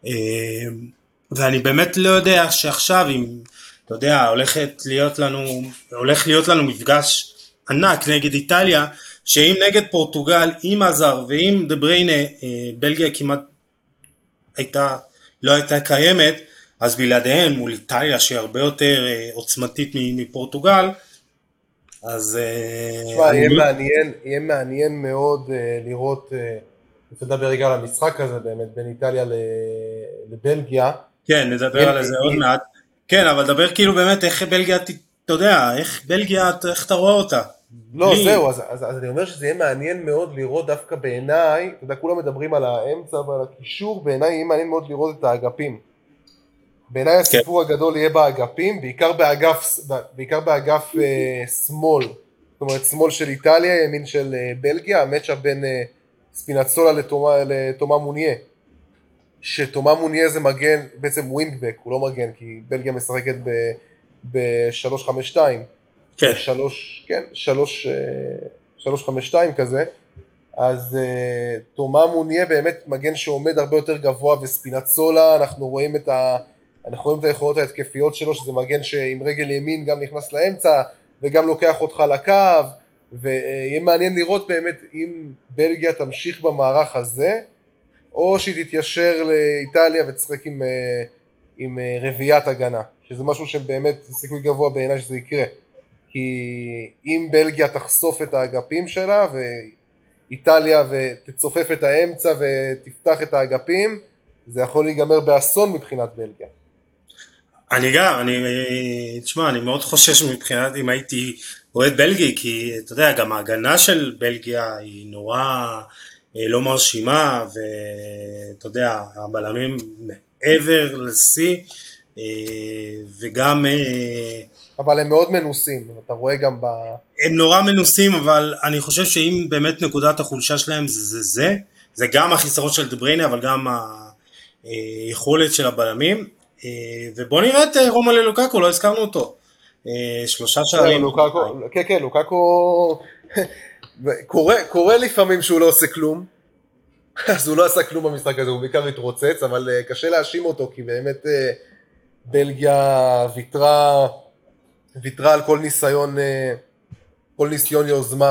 ואני באמת לא יודע שעכשיו, אם, אתה יודע, הולכת להיות לנו, הולך להיות לנו מפגש ענק נגד איטליה, שאם נגד פורטוגל, עם עזר ועם דה בריינה, בלגיה כמעט הייתה, לא הייתה קיימת, אז בלעדיהם מול איטליה שהיא הרבה יותר עוצמתית מפורטוגל, אז... תשמע, יהיה מעניין, יהיה מעניין מאוד לראות, נדבר רגע על המשחק הזה באמת, בין איטליה לבלגיה. כן, נדבר על זה עוד מעט. כן, אבל דבר כאילו באמת איך בלגיה, אתה יודע, איך בלגיה, איך אתה רואה אותה? לא, זהו, אז, אז, אז אני אומר שזה יהיה מעניין מאוד לראות דווקא בעיניי, אתה יודע, כולם מדברים על האמצע ועל הקישור, בעיניי יהיה מעניין מאוד לראות את האגפים. בעיניי הסיפור כן. הגדול יהיה באגפים, בעיקר באגף, בעיקר באגף אה, שמאל, זאת אומרת, שמאל של איטליה, ימין של אה, בלגיה, המצ'אפ בין אה, ספינצולה לתומה, לתומה מוניה, שתומה מוניה זה מגן, בעצם ווינגבק, הוא לא מגן, כי בלגיה משחקת ב-שלוש חמש שתיים. כן. שלוש, כן, שלוש, שלוש חמש שתיים כזה, אז uh, תומה מוניה באמת מגן שעומד הרבה יותר גבוה, וספינצולה, אנחנו רואים את ה... אנחנו רואים את היכולות ההתקפיות שלו, שזה מגן שעם רגל ימין גם נכנס לאמצע, וגם לוקח אותך לקו, ויהיה מעניין לראות באמת אם בלגיה תמשיך במערך הזה, או שהיא תתיישר לאיטליה ותשחק עם, עם רביעיית הגנה, שזה משהו שבאמת סיכוי גבוה בעיניי שזה יקרה. כי אם בלגיה תחשוף את האגפים שלה, ואיטליה ותצופף את האמצע ותפתח את האגפים, זה יכול להיגמר באסון מבחינת בלגיה. אני גם, אני, תשמע, אני מאוד חושש מבחינת אם הייתי אוהד בלגי, כי אתה יודע, גם ההגנה של בלגיה היא נורא לא מרשימה, ואתה יודע, הבלמים מעבר לשיא, וגם... אבל הם מאוד מנוסים, אתה רואה גם ב... הם נורא מנוסים, אבל אני חושב שאם באמת נקודת החולשה שלהם זה זה, זה, זה גם החיסרון של דה בריינה, אבל גם היכולת של הבלמים, ובוא נראה את רומלו לוקאקו, לא הזכרנו אותו. שלושה שערים. כן, כן, לוקאקו... קורה לפעמים שהוא לא עושה כלום, אז הוא לא עשה כלום במשחק הזה, הוא בעיקר התרוצץ, אבל קשה להאשים אותו, כי באמת בלגיה ויתרה... ויתרה על כל ניסיון, כל ניסיון יוזמה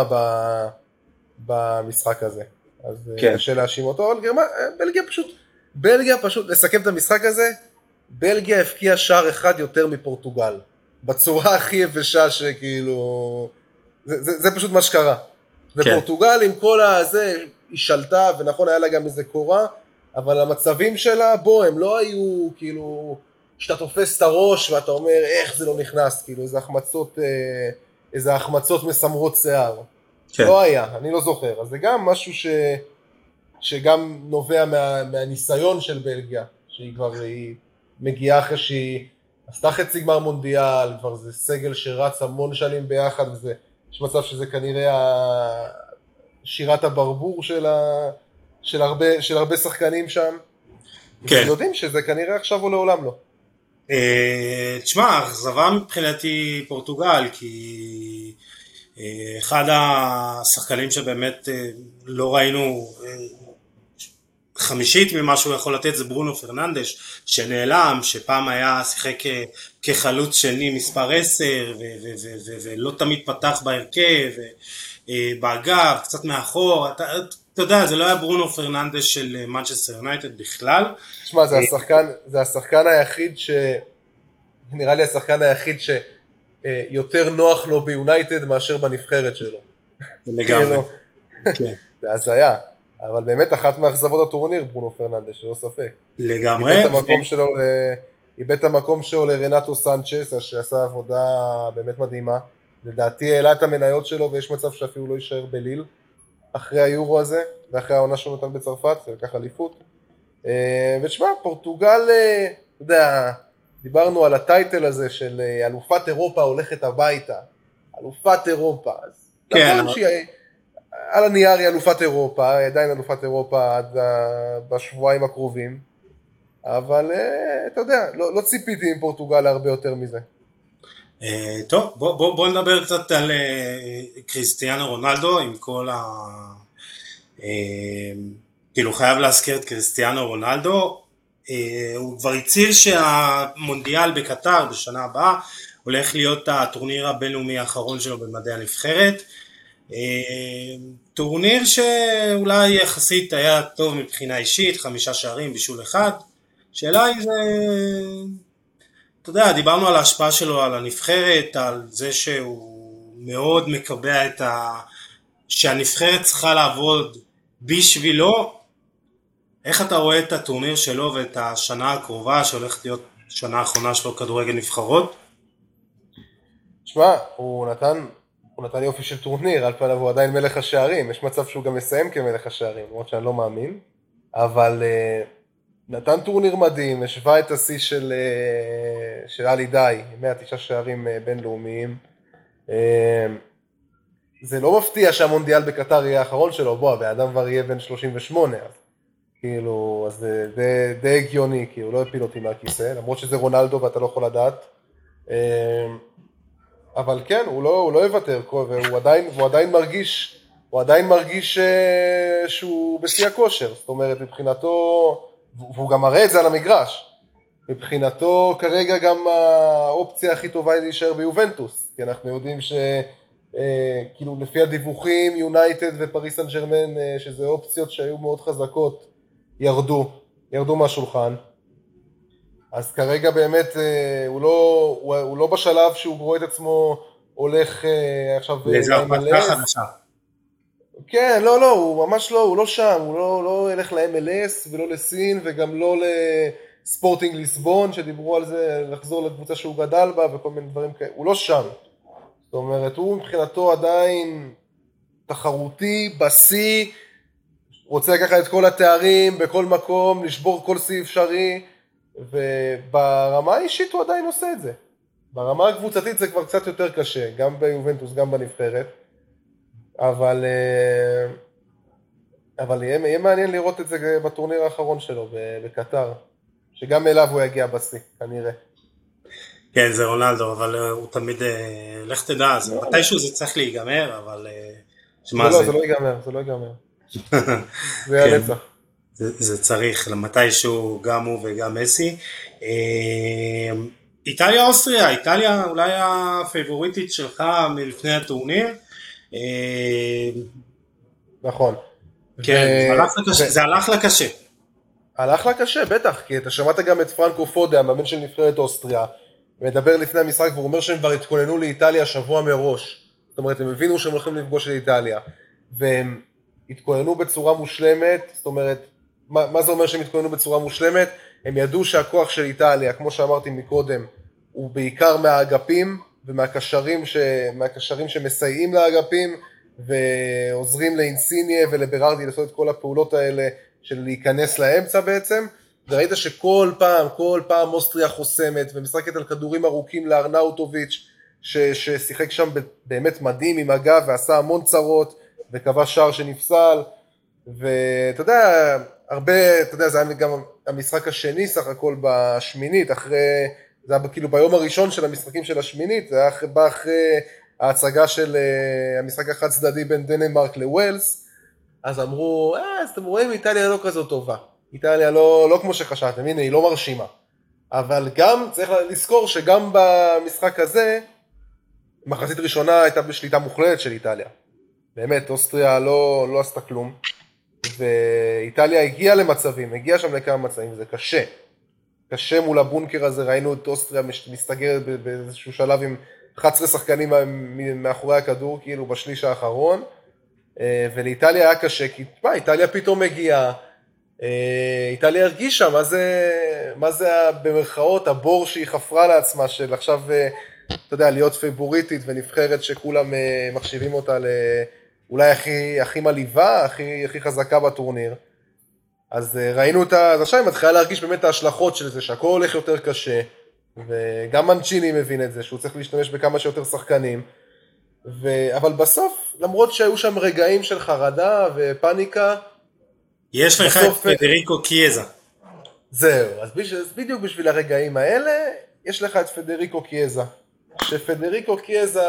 במשחק הזה. אז כן. קשה להאשים אותו, אבל גרמניה, בלגיה פשוט, בלגיה פשוט, לסכם את המשחק הזה, בלגיה הפקיעה שער אחד יותר מפורטוגל, בצורה הכי יבשה שכאילו, זה, זה, זה פשוט מה שקרה. כן. ופורטוגל עם כל הזה, היא שלטה, ונכון היה לה גם איזה קורה, אבל המצבים שלה, בו, הם לא היו כאילו... שאתה תופס את הראש ואתה אומר איך זה לא נכנס, כאילו איזה החמצות, איזה החמצות מסמרות שיער. כן. לא היה, אני לא זוכר. אז זה גם משהו ש, שגם נובע מה, מהניסיון של בלגיה, שהיא כבר היא מגיעה אחרי שהיא עשתה חצי גמר מונדיאל, כבר זה סגל שרץ המון שנים ביחד, וזה, יש מצב שזה כנראה שירת הברבור של, ה, של, הרבה, של הרבה שחקנים שם. כן. יודעים שזה כנראה עכשיו או לעולם לא. תשמע, אכזבה מבחינתי פורטוגל, כי אחד השחקנים שבאמת לא ראינו חמישית ממה שהוא יכול לתת זה ברונו פרננדש, שנעלם, שפעם היה שיחק כחלוץ שני מספר עשר, ולא תמיד פתח בהרכב, באגף, קצת מאחור, אתה... אתה יודע, זה לא היה ברונו פרננדש של מנצ'סטר יונייטד בכלל. תשמע, זה השחקן, זה השחקן היחיד ש... נראה לי השחקן היחיד שיותר נוח לו ביונייטד מאשר בנבחרת שלו. לגמרי. זה הזיה. אבל באמת אחת מאכזבות הטורניר, ברונו פרננדש, לא ספק. לגמרי. איבד את המקום שלו לרנטו סנצ'ס, שעשה עבודה באמת מדהימה. לדעתי העלה את המניות שלו, ויש מצב שאפילו לא יישאר בליל. אחרי היורו הזה, ואחרי העונה שהוא נתן בצרפת, זה לקח אליפות. ותשמע, פורטוגל, אתה יודע, דיברנו על הטייטל הזה של אלופת אירופה הולכת הביתה, אלופת אירופה, אז כן. נכון שהיא, על הנייר היא אלופת אירופה, עדיין אלופת אירופה עד בשבועיים הקרובים, אבל אתה יודע, לא, לא ציפיתי עם פורטוגל להרבה יותר מזה. טוב, בוא, בוא, בוא נדבר קצת על קריסטיאנו רונלדו, עם כל ה... כאילו חייב להזכיר את קריסטיאנו רונלדו, הוא כבר הצהיר שהמונדיאל בקטר בשנה הבאה הולך להיות הטורניר הבינלאומי האחרון שלו במדעי הנבחרת, טורניר שאולי יחסית היה טוב מבחינה אישית, חמישה שערים בישול אחד, שאלה היא זה, אתה יודע, דיברנו על ההשפעה שלו על הנבחרת, על זה שהוא מאוד מקבע את ה... שהנבחרת צריכה לעבוד בשבילו. איך אתה רואה את הטורניר שלו ואת השנה הקרובה שהולכת להיות שנה האחרונה שלו כדורגל נבחרות? תשמע, הוא נתן, הוא נתן יופי של טורניר, על פניו הוא עדיין מלך השערים, יש מצב שהוא גם מסיים כמלך השערים, למרות שאני לא מאמין, אבל uh, נתן טורניר מדהים, השווה את השיא של, uh, של אלי די, מאה ותשעה שערים uh, בינלאומיים, uh, זה לא מפתיע שהמונדיאל בקטר יהיה האחרון שלו, בוא, והאדם כבר יהיה בן שלושים ושמונה, אז כאילו, אז זה די, די הגיוני, כי הוא לא הפיל אותי מהכיסא, למרות שזה רונלדו ואתה לא יכול לדעת, אבל כן, הוא לא, הוא לא יוותר, והוא עדיין, והוא עדיין מרגיש, הוא עדיין מרגיש שהוא בשיא הכושר, זאת אומרת, מבחינתו, והוא גם מראה את זה על המגרש, מבחינתו כרגע גם האופציה הכי טובה היא להישאר ביובנטוס, כי אנחנו יודעים ש... כאילו לפי הדיווחים, יונייטד ופריס סן ז'רמן, שזה אופציות שהיו מאוד חזקות, ירדו, ירדו מהשולחן. אז כרגע באמת הוא לא, הוא, הוא לא בשלב שהוא רואה את עצמו הולך עכשיו לאיזה הרפתקה חדשה. כן, לא, לא, הוא ממש לא, הוא לא שם, הוא לא, לא ילך ל-אם אל אס ולא לסין וגם לא לספורטינג ליסבון, שדיברו על זה, לחזור לקבוצה שהוא גדל בה וכל מיני דברים כאלה, הוא לא שם. זאת אומרת, הוא מבחינתו עדיין תחרותי, בשיא, רוצה לקחת את כל התארים בכל מקום, לשבור כל שיא אפשרי, וברמה האישית הוא עדיין עושה את זה. ברמה הקבוצתית זה כבר קצת יותר קשה, גם ביובנטוס, גם בנבחרת, אבל, אבל יהיה, יהיה מעניין לראות את זה בטורניר האחרון שלו, בקטר, שגם אליו הוא יגיע בשיא, כנראה. כן, זה רונלדו, אבל הוא תמיד, לך תדע, מתישהו זה צריך להיגמר, אבל... זה לא, זה לא ייגמר, זה לא ייגמר. זה הנצח. זה צריך, למתישהו גם הוא וגם מסי. איטליה אוסטריה, איטליה אולי הפייבוריטית שלך מלפני הטורניר. נכון. כן, זה הלך לקשה. הלך לקשה, בטח, כי אתה שמעת גם את פרנקו פודה, המאמן של נבחרת אוסטריה, מדבר לפני המשחק, והוא אומר שהם כבר התכוננו לאיטליה שבוע מראש. זאת אומרת, הם הבינו שהם הולכים לפגוש את איטליה, והם התכוננו בצורה מושלמת. זאת אומרת, מה, מה זה אומר שהם התכוננו בצורה מושלמת? הם ידעו שהכוח של איטליה, כמו שאמרתי מקודם, הוא בעיקר מהאגפים, ומהקשרים ש... מהקשרים שמסייעים לאגפים, ועוזרים לאינסיניה ולבררדי לעשות את כל הפעולות האלה, של להיכנס לאמצע בעצם, וראית שכל פעם, כל פעם אוסטריה חוסמת, ומשחקת על כדורים ארוכים לארנאוטוביץ', ש... ששיחק שם באמת מדהים עם הגב, ועשה המון צרות, וקבע שער שנפסל, ואתה יודע, הרבה, אתה יודע, זה היה גם המשחק השני סך הכל בשמינית, אחרי, זה היה כאילו ביום הראשון של המשחקים של השמינית, זה היה בא אחרי ההצגה של המשחק החד צדדי בין דנמרק לווילס, אז אמרו, אה, אז אתם רואים, איטליה לא כזו טובה, איטליה לא, לא כמו שחשבתם, הנה, היא לא מרשימה, אבל גם, צריך לזכור שגם במשחק הזה, מחצית ראשונה הייתה בשליטה מוחלטת של איטליה, באמת, אוסטריה לא, לא עשתה כלום, ואיטליה הגיעה למצבים, הגיעה שם לכמה מצבים, זה קשה, קשה מול הבונקר הזה, ראינו את אוסטריה מסתגרת באיזשהו שלב עם אחת עשרה שחקנים מאחורי הכדור, כאילו בשליש האחרון, ולאיטליה היה קשה, כי מה, איטליה פתאום הגיעה, איטליה הרגישה, מה זה, מה זה במרכאות הבור שהיא חפרה לעצמה, של עכשיו, אתה יודע, להיות פייבוריטית ונבחרת שכולם מחשיבים אותה לאולי הכי, הכי מליבה, הכי, הכי חזקה בטורניר, אז ראינו את ה... אז עכשיו היא מתחילה להרגיש באמת את ההשלכות של זה, שהכל הולך יותר קשה, וגם מנצ'יני מבין את זה, שהוא צריך להשתמש בכמה שיותר שחקנים, ו... אבל בסוף, למרות שהיו שם רגעים של חרדה ופניקה, יש לך את פדריקו קיאזה. זהו, אז בדיוק בשביל הרגעים האלה, יש לך את פדריקו קיאזה. שפדריקו קיאזה,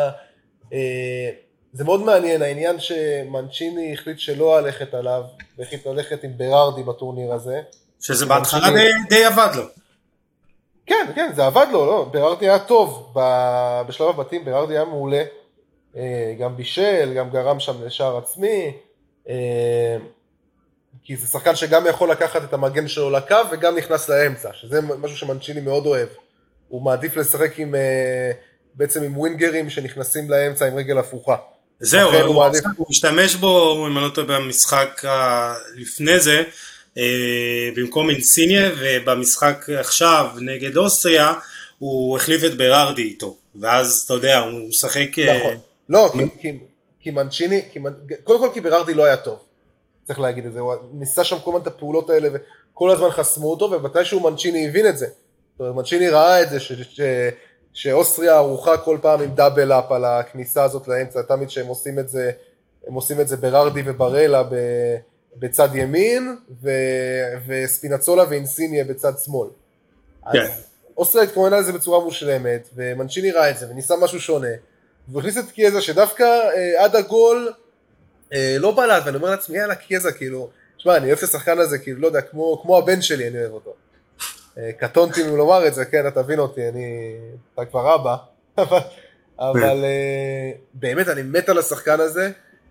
אה, זה מאוד מעניין, העניין שמנצ'יני החליט שלא ללכת עליו, והחליט ללכת עם ברארדי בטורניר הזה. שזה בהתחלה די, די עבד לו. כן, כן, זה עבד לו, לא, ברארדי היה טוב, בשלב הבתים ברארדי היה מעולה, אה, גם בישל, גם גרם שם לשער עצמי, אה, כי זה שחקן שגם יכול לקחת את המגן שלו לקו, וגם נכנס לאמצע, שזה משהו שמנצ'יני מאוד אוהב. הוא מעדיף לשחק עם, בעצם עם ווינגרים שנכנסים לאמצע עם רגל הפוכה. זהו, הוא, מעדיף... הוא משתמש בו, אם אני לא טועה במשחק לפני זה, במקום אינסיניה, ובמשחק עכשיו נגד אוסטריה, הוא החליף את ברארדי איתו, ואז אתה יודע, הוא משחק... נכון, לא, כי, כי, כי מנצ'יני, כי, קודם כל כי ברארדי לא היה טוב. צריך להגיד את זה, הוא ניסה שם כל הזמן את הפעולות האלה, וכל הזמן חסמו אותו, ומתי שהוא מנצ'יני הבין את זה. זאת אומרת, מנצ'יני ראה את זה, ש, ש, שאוסטריה ערוכה כל פעם עם דאבל אפ על הכניסה הזאת לאמצע, תמיד שהם עושים את זה, הם עושים את זה ברארדי וברלה בצד ימין, ו, וספינצולה ואינסיניה בצד שמאל. אז yeah. אוסטריה התכוננה לזה בצורה מושלמת, ומנצ'יני ראה את זה, וניסה משהו שונה, והוא הכניס את קיאזה, שדווקא אה, עד הגול, לא בלעד, ואני אומר לעצמי, יאללה, קיאזה, כאילו, שמע, אני אוהב את השחקן הזה, כאילו, לא יודע, כמו, כמו הבן שלי, אני אוהב אותו. קטונתי אם לומר את זה, כן, אתה תבין אותי, אני, אתה כבר אבא, אבל, אבל באמת, אני מת על השחקן הזה,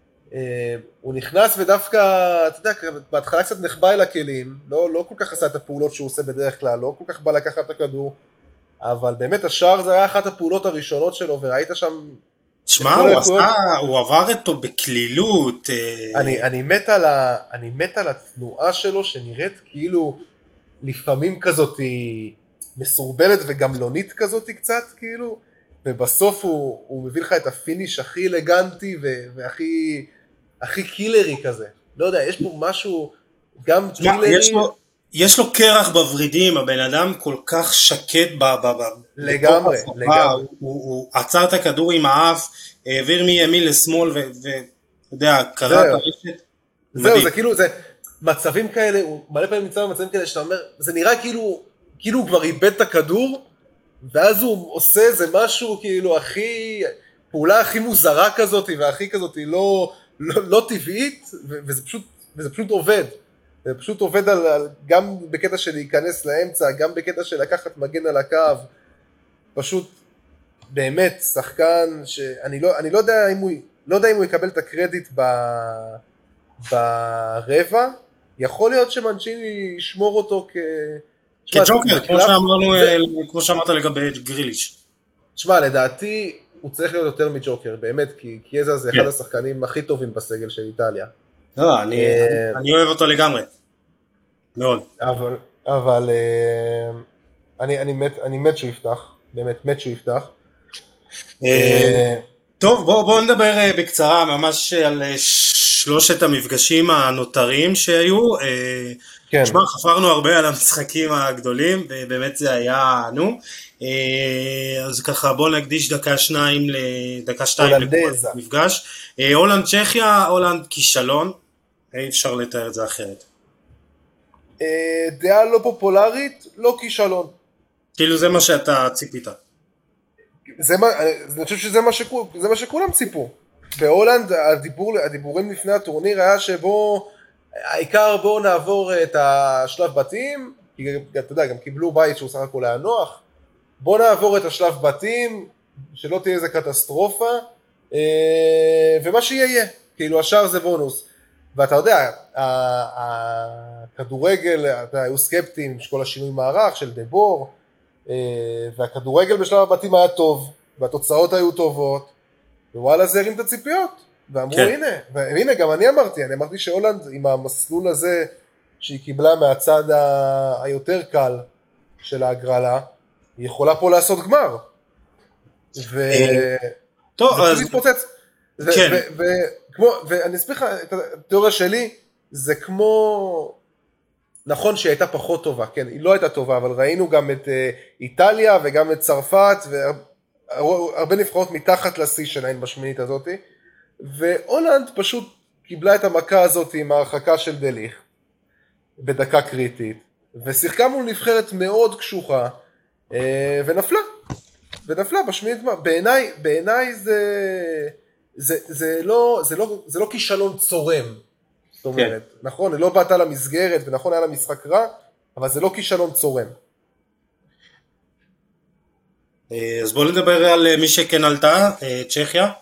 הוא נכנס ודווקא, אתה יודע, בהתחלה קצת נחבא אל הכלים, לא, לא כל כך עשה את הפעולות שהוא עושה בדרך כלל, לא כל כך בא לקחת את הכדור, אבל באמת השער זה היה אחת הפעולות הראשונות שלו, וראית שם, תשמע, הוא, עשה, הוא עבר אותו בכלילות. אני, אני, מת על ה, אני מת על התנועה שלו, שנראית כאילו לפעמים כזאת מסורבלת וגמלונית כזאת קצת, כאילו, ובסוף הוא, הוא מביא לך את הפיניש הכי אלגנטי והכי הכי קילרי כזה. לא יודע, יש פה משהו גם קילרי. יש לו, יש לו קרח בוורידים, הבן אדם כל כך שקט ב... ב, ב לגמרי, לגמרי. הוא, הוא עצר את הכדור עם האף, העביר מימין לשמאל, ואתה יודע, קרא את הרשת. זהו, זה כאילו, זה מצבים כאלה, הוא מלא פעמים נמצא במצבים כאלה, שאתה אומר, זה נראה כאילו, כאילו הוא כבר איבד את הכדור, ואז הוא עושה איזה משהו כאילו הכי, פעולה הכי מוזרה כזאת, והכי כזאת לא, לא, לא טבעית, וזה פשוט, וזה פשוט עובד. זה פשוט עובד על, על, גם בקטע של להיכנס לאמצע, גם בקטע של לקחת מגן על הקו, פשוט באמת שחקן שאני לא, אני לא יודע אם הוא, לא יודע אם הוא יקבל את הקרדיט ב, ברבע, יכול להיות שמנצ'יני ישמור אותו כ... כג'וקר, כמו שאמרנו, כמו שאמרת לגבי גריליש. תשמע, לדעתי הוא צריך להיות יותר מג'וקר, באמת, כי קיאזה זה אחד השחקנים הכי טובים בסגל של איטליה. לא, אני אוהב אותו לגמרי. מאוד. אבל, אבל אני מת שהוא יפתח, באמת מת שהוא יפתח. טוב, בואו נדבר בקצרה ממש על שלושת המפגשים הנותרים שהיו. כן. שמע, חפרנו הרבה על המשחקים הגדולים, ובאמת זה היה, נו. אז ככה, בואו נקדיש דקה שניים, דקה שתיים לכל מפגש. הולנד צ'כיה, הולנד כישלון. אי אפשר לתאר את זה אחרת. דעה לא פופולרית, לא כישלון. כאילו זה מה שאתה ציפית. זה מה, אני חושב שזה מה שכולם, זה מה שכולם ציפו. בהולנד הדיבור, הדיבורים לפני הטורניר היה שבו, העיקר בואו נעבור את השלב בתים, כי אתה יודע, גם קיבלו בית שהוא סך הכל היה נוח, בואו נעבור את השלב בתים, שלא תהיה איזה קטסטרופה, ומה שיהיה יהיה, כאילו השאר זה בונוס. ואתה יודע, הכדורגל, היו סקפטים שכל השינוי מערך של דבור, והכדורגל בשלב הבתים היה טוב, והתוצאות היו טובות, ווואלה זה הרים את הציפיות, ואמרו כן. הנה, והנה גם אני אמרתי, אני אמרתי שהולנד עם המסלול הזה שהיא קיבלה מהצד ה... היותר קל של ההגרלה, היא יכולה פה לעשות גמר. ו... טוב, זה אז... פשוט מתפוצץ. כן. ו... ו... כמו... ואני אסביר לך את התיאוריה שלי, זה כמו, נכון שהיא הייתה פחות טובה, כן, היא לא הייתה טובה, אבל ראינו גם את איטליה וגם את צרפת, והרבה נבחרות מתחת לשיא שלהן בשמינית הזאת, והולנד פשוט קיבלה את המכה הזאת עם ההרחקה של דליך, בדקה קריטית, ושיחקה מול נבחרת מאוד קשוחה, ונפלה, ונפלה בשמינית. בעיניי, בעיניי זה, זה, זה לא, זה לא, זה לא כישלון צורם, זאת אומרת, כן. נכון, היא לא באתה למסגרת, ונכון היה לה משחק רע, אבל זה לא כישלון צורם. אז בואו נדבר על מי שכן עלתה, צ'כיה.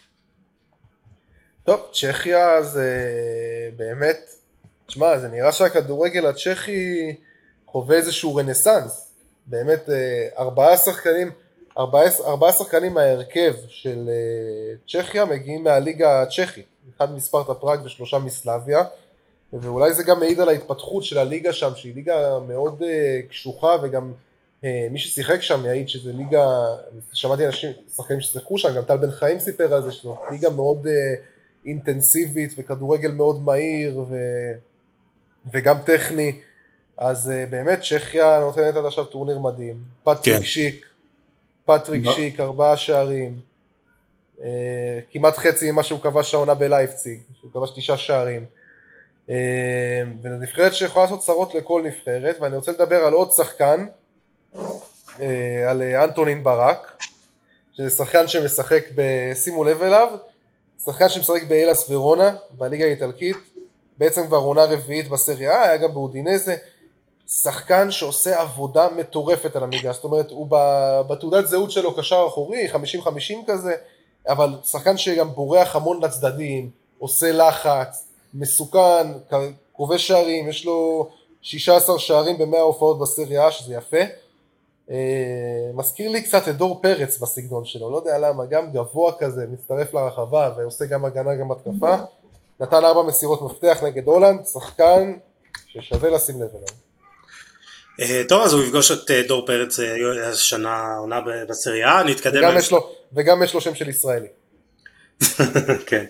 טוב, צ'כיה זה באמת, תשמע, זה נראה שהכדורגל הצ'כי חווה איזשהו רנסנס, באמת ארבעה שחקנים, ארבעה, ארבעה שחקנים מההרכב של צ'כיה מגיעים מהליגה הצ'כית, אחד מספרטה פראג ושלושה מסלביה, ואולי זה גם מעיד על ההתפתחות של הליגה שם, שהיא ליגה מאוד קשוחה, וגם מי ששיחק שם יעיד שזה ליגה, שמעתי אנשים, שחקנים ששיחקו שם, גם טל בן חיים סיפר על זה, שזו ליגה מאוד אינטנסיבית, וכדורגל מאוד מהיר, ו... וגם טכני, אז באמת צ'כיה נותנת עד עכשיו טורניר מדהים, פטריק כן. שיק, פטריק no. שיק, ארבעה שערים, כמעט חצי ממה שהוא כבש העונה בלייפציג, שהוא כבש תשעה שערים, ונבחרת שיכולה לעשות צרות לכל נבחרת, ואני רוצה לדבר על עוד שחקן, על אנטונין ברק, שזה שחקן שמשחק, שימו לב אליו, שחקן שמשחק באלאס ורונה, בליגה האיטלקית, בעצם כבר עונה רביעית בסריה, היה גם באודינזה, שחקן שעושה עבודה מטורפת על המגרש, זאת אומרת, הוא בתעודת זהות שלו קשר אחורי, חמישים חמישים כזה, אבל שחקן שגם בורח המון לצדדים, עושה לחץ, מסוכן, כובש שערים, יש לו שישה עשר שערים במאה הופעות בסריה, שזה יפה. מזכיר לי קצת את דור פרץ בסגנון שלו, לא יודע למה, גם גבוה כזה, מצטרף לרחבה ועושה גם הגנה גם התקפה, נתן ארבע מסירות מפתח נגד הולנד, שחקן ששווה לשים לב אליו. טוב, אז הוא יפגוש את דור פרץ השנה עונה בסריה, נתקדם. וגם יש לו, וגם יש לו שם של ישראלי. כן.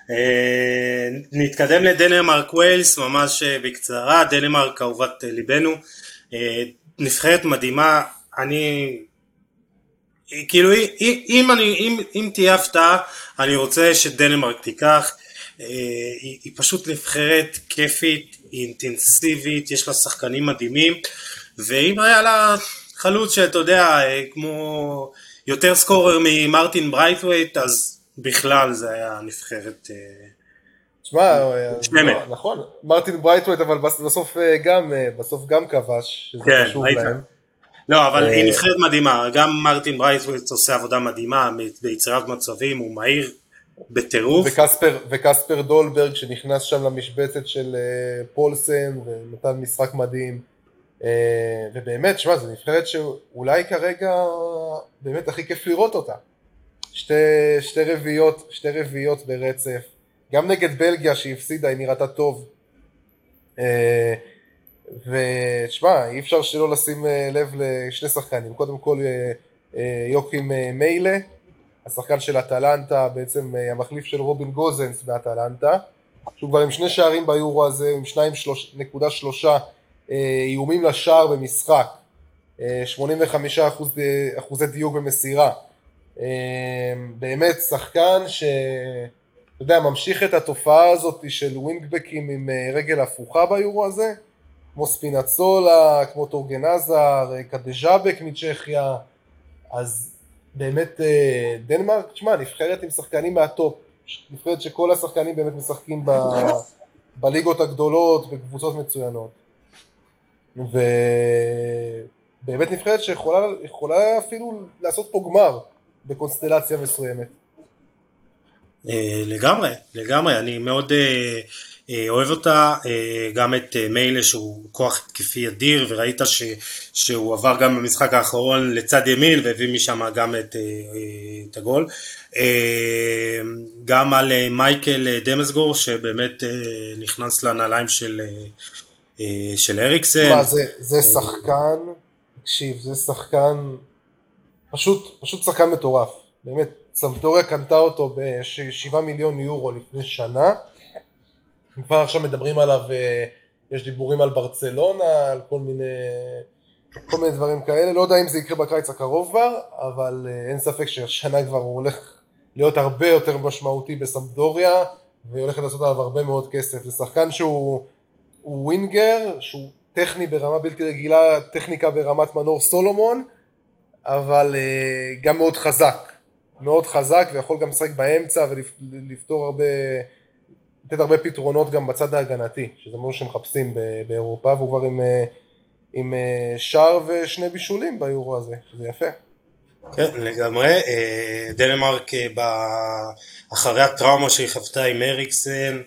נתקדם לדנמרק ווילס, ממש בקצרה, דנמרק אהובת ליבנו, נבחרת מדהימה, אני, כאילו, אם, אני, אם, אם תהיה הפתעה, אני רוצה שדנמרק תיקח, היא, היא פשוט נבחרת כיפית, היא אינטנסיבית, יש לה שחקנים מדהימים, ואם היה לה חלוץ שאתה יודע, כמו יותר סקורר ממרטין ברייטווייט, אז בכלל זה היה נבחרת תשמע, נכון, מרטין ברייטווייט, אבל בסוף גם, בסוף גם כבש, שזה חשוב להם. לא, אבל היא נבחרת מדהימה, גם מרטין ברייטווייט עושה עבודה מדהימה, ביצירת מצבים, הוא מהיר בטירוף. וקספר דולברג שנכנס שם למשבצת של פולסן, ונתן משחק מדהים, ובאמת, שמע, זו נבחרת שאולי כרגע באמת הכי כיף לראות אותה. שתי, שתי רביעיות, שתי רביעיות ברצף, גם נגד בלגיה שהפסידה, היא נראתה טוב, ושמע, אי אפשר שלא לשים לב לשני שחקנים, קודם כל יוקים מיילה, השחקן של אטלנטה, בעצם המחליף של רובין גוזנס באטלנטה, שהוא כבר עם שני שערים ביורו הזה, עם שניים נקודה שלושה איומים לשער במשחק, שמונים וחמישה אחוז, אחוזי דיוק במסירה, באמת שחקן ש... אתה יודע, ממשיך את התופעה הזאת של ווינגבקים עם רגל הפוכה ביורו הזה, כמו ספינצולה, כמו טורגנזר, קדז'אבק מצ'כיה, אז באמת דנמרק, תשמע, נבחרת עם שחקנים מהטופ, נבחרת שכל השחקנים באמת משחקים ב... בליגות הגדולות, בקבוצות מצוינות, ובאמת נבחרת שיכולה אפילו לעשות פה גמר בקונסטלציה מסוימת. לגמרי, לגמרי, אני מאוד אוהב אותה, גם את מיילה שהוא כוח התקפי אדיר, וראית שהוא עבר גם במשחק האחרון לצד ימין, והביא משם גם את הגול, גם על מייקל דמסגור, שבאמת נכנס לנעליים של של אריקסן. זה שחקן, תקשיב, זה שחקן, פשוט שחקן מטורף, באמת, סמפדוריה קנתה אותו בשבעה מיליון יורו לפני שנה, כבר עכשיו מדברים עליו יש דיבורים על ברצלונה, על כל מיני, כל מיני דברים כאלה, לא יודע אם זה יקרה בקיץ הקרוב כבר, אבל אין ספק שהשנה כבר הוא הולך להיות הרבה יותר משמעותי בסמפדוריה, והולך לעשות עליו הרבה מאוד כסף. זה שחקן שהוא ווינגר, שהוא טכני ברמה בלתי רגילה, טכניקה ברמת מנור סולומון, אבל גם מאוד חזק, מאוד חזק, ויכול גם לשחק באמצע ולפתור הרבה, לתת הרבה פתרונות גם בצד ההגנתי, שזה משהו שמחפשים באירופה, והוא כבר עם, עם שער ושני בישולים ביורו הזה, שזה יפה. כן, לגמרי. דנמרק אחרי הטראומה שהיא חוותה עם אריקסן,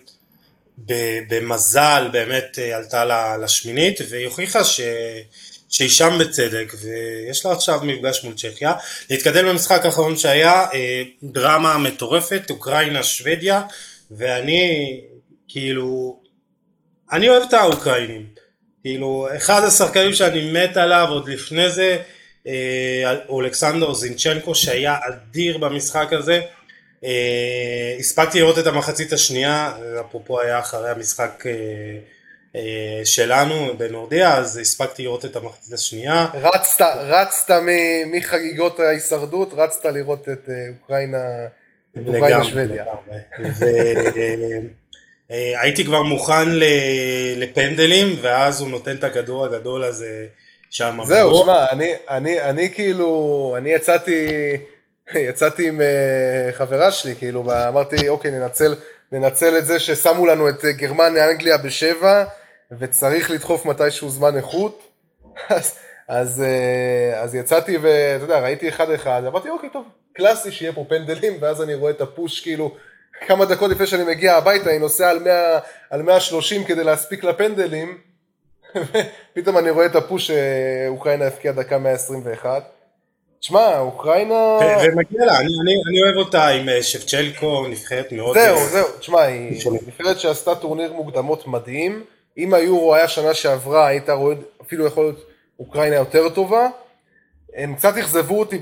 במזל באמת עלתה לשמינית, והיא הוכיחה ש... שהיא שם בצדק, ויש לה עכשיו מפגש מול צ'כיה. להתקדם במשחק האחרון שהיה, דרמה מטורפת, אוקראינה, שוודיה, ואני, כאילו, אני אוהב את האוקראינים. כאילו, אחד השחקנים שאני מת עליו עוד לפני זה, אולכסנדר זינצ'נקו, שהיה אדיר במשחק הזה. הספקתי לראות את המחצית השנייה, אפרופו היה אחרי המשחק שלנו בנורדיה, אז הספקתי לראות את המחצית השנייה. רצת, רצת מחגיגות ההישרדות, רצת לראות את אוקראינה, אוקראינה שוודיה. הייתי כבר מוכן לפנדלים, ואז הוא נותן את הכדור הגדול הזה שם. זהו, שמע, אני, אני, אני כאילו, אני יצאתי, יצאתי עם חברה שלי, כאילו, ואמרתי, אוקיי, ננצל, ננצל את זה ששמו לנו את גרמניה, אנגליה בשבע, וצריך לדחוף מתישהו זמן איכות, אז, אז, אז יצאתי ואתה יודע, ראיתי אחד אחד, אמרתי, אוקיי, טוב, קלאסי שיהיה פה פנדלים, ואז אני רואה את הפוש, כאילו, כמה דקות לפני שאני מגיע הביתה, אני נוסע על מאה, על מאה ושלושים כדי להספיק לפנדלים, ופתאום אני רואה את הפוש שאוקראינה הפקיע דקה מאה עשרים ואחת. תשמע, אוקראינה... ומגיע לה, אני, אני, אני אוהב אותה עם שבצ'לקו, נבחרת מאוד... זהו, זהו, תשמע, היא נבחרת שעשתה טורניר מוקדמות מדהים, אם היורו היה שנה שעברה, היית רואה, אפילו יכול להיות אוקראינה יותר טובה, הם קצת אכזבו אותי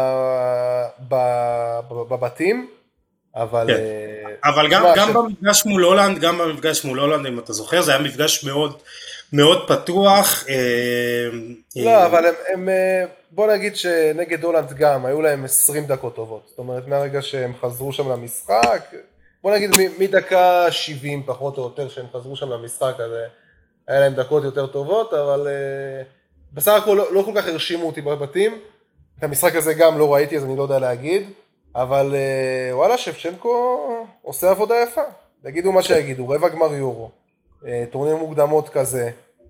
בבתים, אבל... אבל גם במפגש מול הולנד, גם במפגש מול הולנד, אם אתה זוכר, זה היה מפגש מאוד... מאוד פתוח. לא, אבל הם, הם, בוא נגיד שנגד הולנד גם, היו להם עשרים דקות טובות. זאת אומרת, מהרגע שהם חזרו שם למשחק, בוא נגיד מדקה שבעים פחות או יותר שהם חזרו שם למשחק, אז היה להם דקות יותר טובות, אבל בסך הכל לא, לא כל כך הרשימו אותי בבתים. את המשחק הזה גם לא ראיתי, אז אני לא יודע להגיד, אבל וואלה, שבצ'נקו עושה עבודה יפה. תגידו מה שיגידו, רבע גמר יורו. טורניר מוקדמות כזה,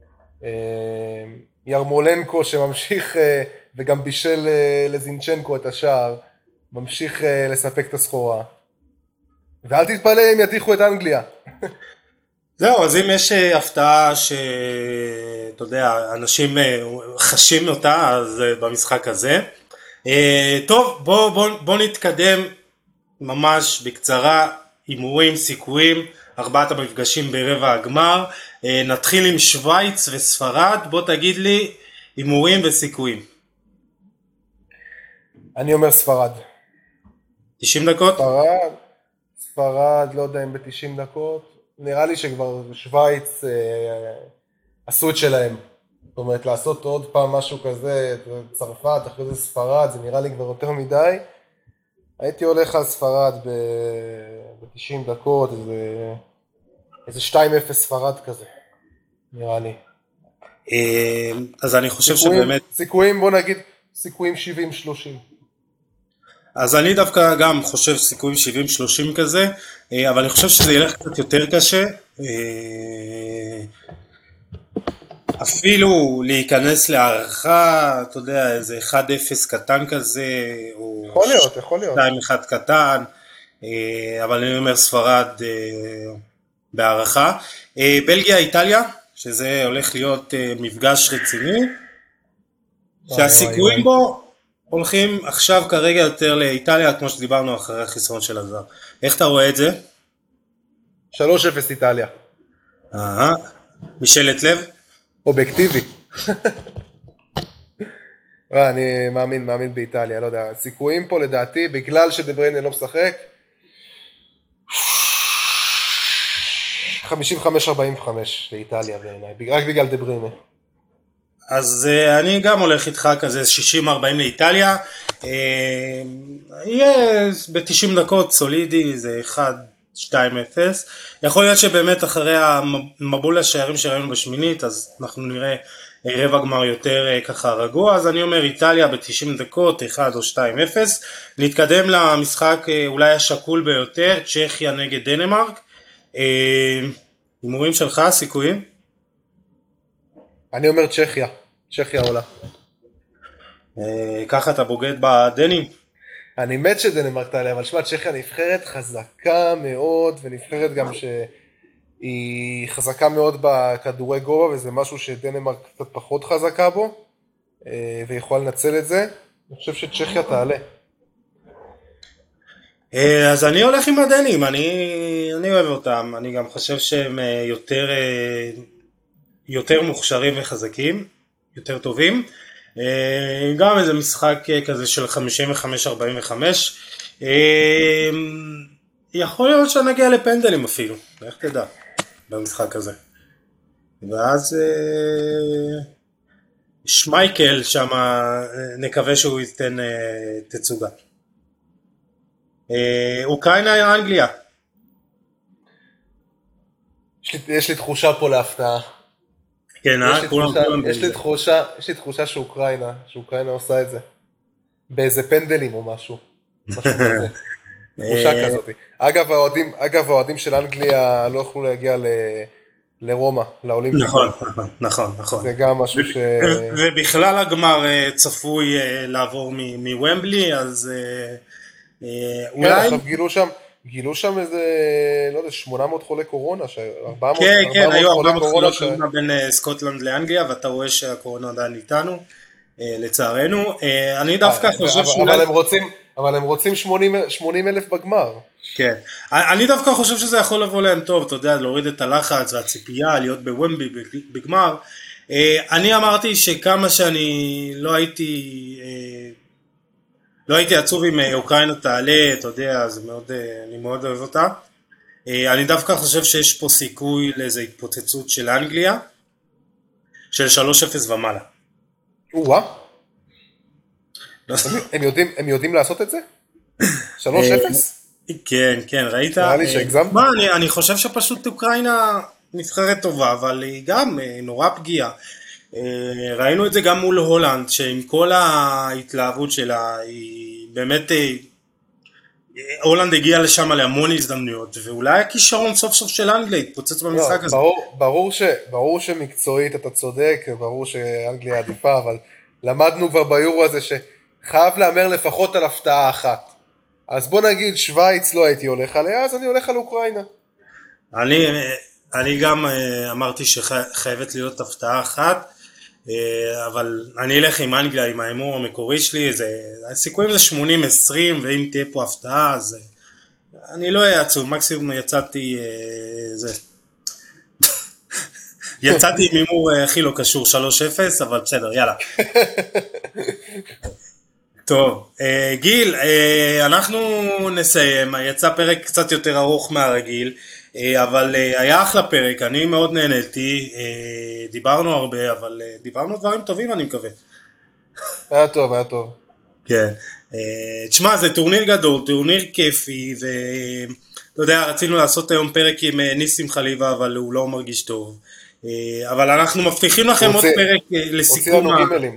ירמולנקו שממשיך וגם בישל לזינצ'נקו את השער, ממשיך לספק את הסחורה, ואל תתפלא אם יתיחו את אנגליה. זהו, אז אם יש הפתעה שאתה יודע, אנשים חשים אותה, אז במשחק הזה. טוב, בוא, בוא, בוא נתקדם ממש בקצרה, הימורים, סיכויים, ארבעת המפגשים ברבע הגמר. נתחיל עם שוויץ וספרד. בוא תגיד לי הימורים וסיכויים. אני אומר ספרד. תשעים דקות? ספרד, ספרד, לא יודע אם ב-תשעים דקות. נראה לי שכבר שוויץ אה, עשו את שלהם. זאת אומרת, לעשות עוד פעם משהו כזה, צרפת, אחרי זה ספרד, זה נראה לי כבר יותר מדי. הייתי הולך על ספרד ב-תשעים דקות, איזה, איזה שתיים אפס ספרד כזה, נראה לי. אז אני חושב סיכויים, שבאמת... סיכויים, בוא נגיד, סיכויים שבעים שלושים. אז אני דווקא גם חושב סיכויים שבעים שלושים כזה, אבל אני חושב שזה ילך קצת יותר קשה. אפילו להיכנס להערכה, אתה יודע, איזה אחד אפס קטן כזה, או יכול להיות, יכול להיות. שתיים אחד קטן, אבל אני אומר ספרד בהערכה. בלגיה, איטליה, שזה הולך להיות מפגש רציני, שהסיכויים בו הולכים עכשיו כרגע יותר לאיטליה, כמו שדיברנו אחרי החיסרון של הזר. איך אתה רואה את זה? שלוש אפס איטליה. אהה, משאלת לב? אובייקטיבי. אני מאמין, מאמין באיטליה, לא יודע, סיכויים פה לדעתי, בגלל שדבריינה לא משחק, חמישים וחמש ארבעים וחמש לאיטליה בעיניי, רק בגלל דה בריינה. אז uh, אני גם הולך איתך כזה שישים ארבעים לאיטליה, uh, יהיה ב-תשעים דקות סולידי, זה אחד שתיים אפס, יכול להיות שבאמת אחרי המבול השערים שראינו בשמינית, אז אנחנו נראה רבע גמר יותר uh, ככה רגוע, אז אני אומר איטליה ב-תשעים דקות, אחד או שתיים אפס, נתקדם למשחק uh, אולי השקול ביותר, צ'כיה נגד דנמרק, הימורים uh, שלך, סיכויים? אני אומר צ'כיה, צ'כיה עולה. ככה אתה בוגד בדנים? אני מת שדנמרק תעלה, אבל שמע, צ'כיה נבחרת חזקה מאוד, ונבחרת גם שהיא חזקה מאוד בכדורי גובה, וזה משהו שדנמרק קצת פחות חזקה בו, ויכולה לנצל את זה. אני חושב שצ'כיה תעלה. אז אני הולך עם הדנים, אני, אני אוהב אותם, אני גם חושב שהם יותר... יותר מוכשרים וחזקים, יותר טובים, גם איזה משחק כזה של חמישים וחמש ארבעים וחמש, יכול להיות שנגיע לפנדלים אפילו, איך תדע, במשחק הזה. ואז שמייקל שם, נקווה שהוא ייתן תצוגה. אוקראינה, אנגליה. יש לי, יש לי תחושה פה להפתעה. כן, יש לי תחושה, יש לי תחושה, יש לי תחושה שאוקראינה, שאוקראינה עושה את זה. באיזה פנדלים או משהו. משהו כזה. תחושה כזאת. אגב, האוהדים, אגב, האוהדים של אנגליה לא יכלו להגיע ל... לרומא, לאולימפיק. נכון, נכון, נכון. זה גם משהו ש... ובכלל הגמר צפוי לעבור מוומבלי, אז אולי... כן, עכשיו גילו שם... גילו שם איזה, לא יודע, שמונה מאות חולי קורונה, ארבע מאות כן, כן, היו ארבע מאות חולי קורונה בין סקוטלנד לאנגליה, ואתה רואה שהקורונה עדיין איתנו, לצערנו. אני דווקא חושב שאולי... אבל הם רוצים שמונים אלף בגמר. כן, אני דווקא חושב שזה יכול לבוא להם טוב, אתה יודע, להוריד את הלחץ והציפייה, להיות בוומבי בגמר. אני אמרתי שכמה שאני לא הייתי... לא הייתי עצוב אם אוקראינה תעלה, אתה יודע, זה מאוד, אני מאוד אוהב אותה. אני דווקא חושב שיש פה סיכוי לאיזו התפוצצות של אנגליה, של שלוש אפס ומעלה. וואה. הם יודעים, הם יודעים לעשות את זה? שלוש אפס? כן, כן, ראית? נראה לי שהגזמת. מה, אני, אני חושב שפשוט אוקראינה נבחרת טובה, אבל היא גם נורא פגיעה. ראינו את זה גם מול הולנד, שעם כל ההתלהבות שלה, היא באמת, הולנד הגיעה לשם להמון הזדמנויות, ואולי הכישרון סוף סוף של אנגליה התפוצץ במשחק הזה. ברור, ברור, ש, ברור שמקצועית אתה צודק, ברור שאנגליה עדיפה, אבל למדנו כבר ביורו הזה שחייב לאמר לפחות על הפתעה אחת. אז בוא נגיד שוויץ לא הייתי הולך עליה, אז אני הולך על אוקראינה. אני, אני גם אמרתי שחייבת להיות הפתעה אחת, אבל אני אלך עם אנגליה, עם האמור המקורי שלי, זה, הסיכויים זה שמונים עשרים, ואם תהיה פה הפתעה, אז אני לא אהיה עצוב, מקסימום יצאתי, זה, יצאתי עם אמור הכי לא קשור, שלוש אפס, אבל בסדר, יאללה. טוב, גיל, אנחנו נסיים, יצא פרק קצת יותר ארוך מהרגיל, אבל היה אחלה פרק, אני מאוד נהניתי, דיברנו הרבה, אבל דיברנו דברים טובים אני מקווה. היה טוב, היה טוב. כן, תשמע, זה טורניר גדול, טורניר כיפי, ואתה יודע, רצינו לעשות היום פרק עם ניסים חליבה, אבל הוא לא מרגיש טוב, אבל אנחנו מבטיחים לכם עוד פרק לסיכום. הוציא לנו גימלים.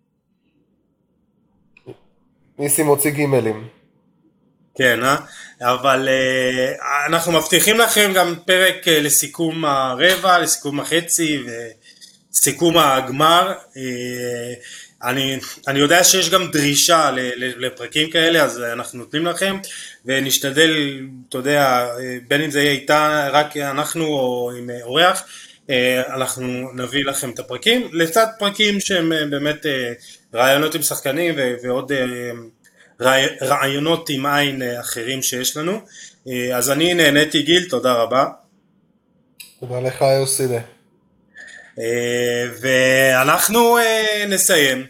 ניסים הוציא גימלים. כן, אה? אבל uh, אנחנו מבטיחים לכם גם פרק uh, לסיכום הרבע, לסיכום החצי וסיכום הגמר. Uh, אני, אני יודע שיש גם דרישה ל, ל, לפרקים כאלה, אז אנחנו נותנים לכם, ונשתדל, אתה יודע, בין אם זה יהיה איתה, רק אנחנו או עם אורח, uh, אנחנו נביא לכם את הפרקים, לצד פרקים שהם uh, באמת uh, רעיונות עם שחקנים ו, ועוד... Uh, רעיונות עם עין אחרים שיש לנו. אז אני נהניתי גיל, תודה רבה. תודה לך יוסידה. ואנחנו נסיים.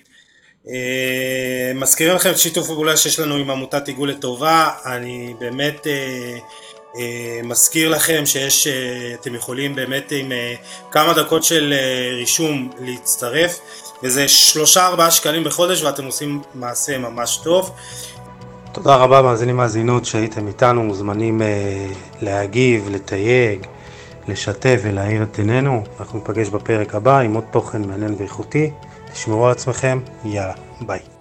מזכירים לכם את שיתוף הפעולה שיש לנו עם עמותת עיגול לטובה. אני באמת מזכיר לכם שיש, אתם יכולים באמת עם כמה דקות של רישום להצטרף, וזה שלושה ארבעה שקלים בחודש ואתם עושים מעשה ממש טוב. תודה רבה מאזינים מאזינות שהייתם איתנו, מוזמנים להגיב, לתייג, לשתף ולהאיר את עינינו. אנחנו נפגש בפרק הבא עם עוד תוכן מעניין ואיכותי. תשמרו על עצמכם, יאללה, ביי.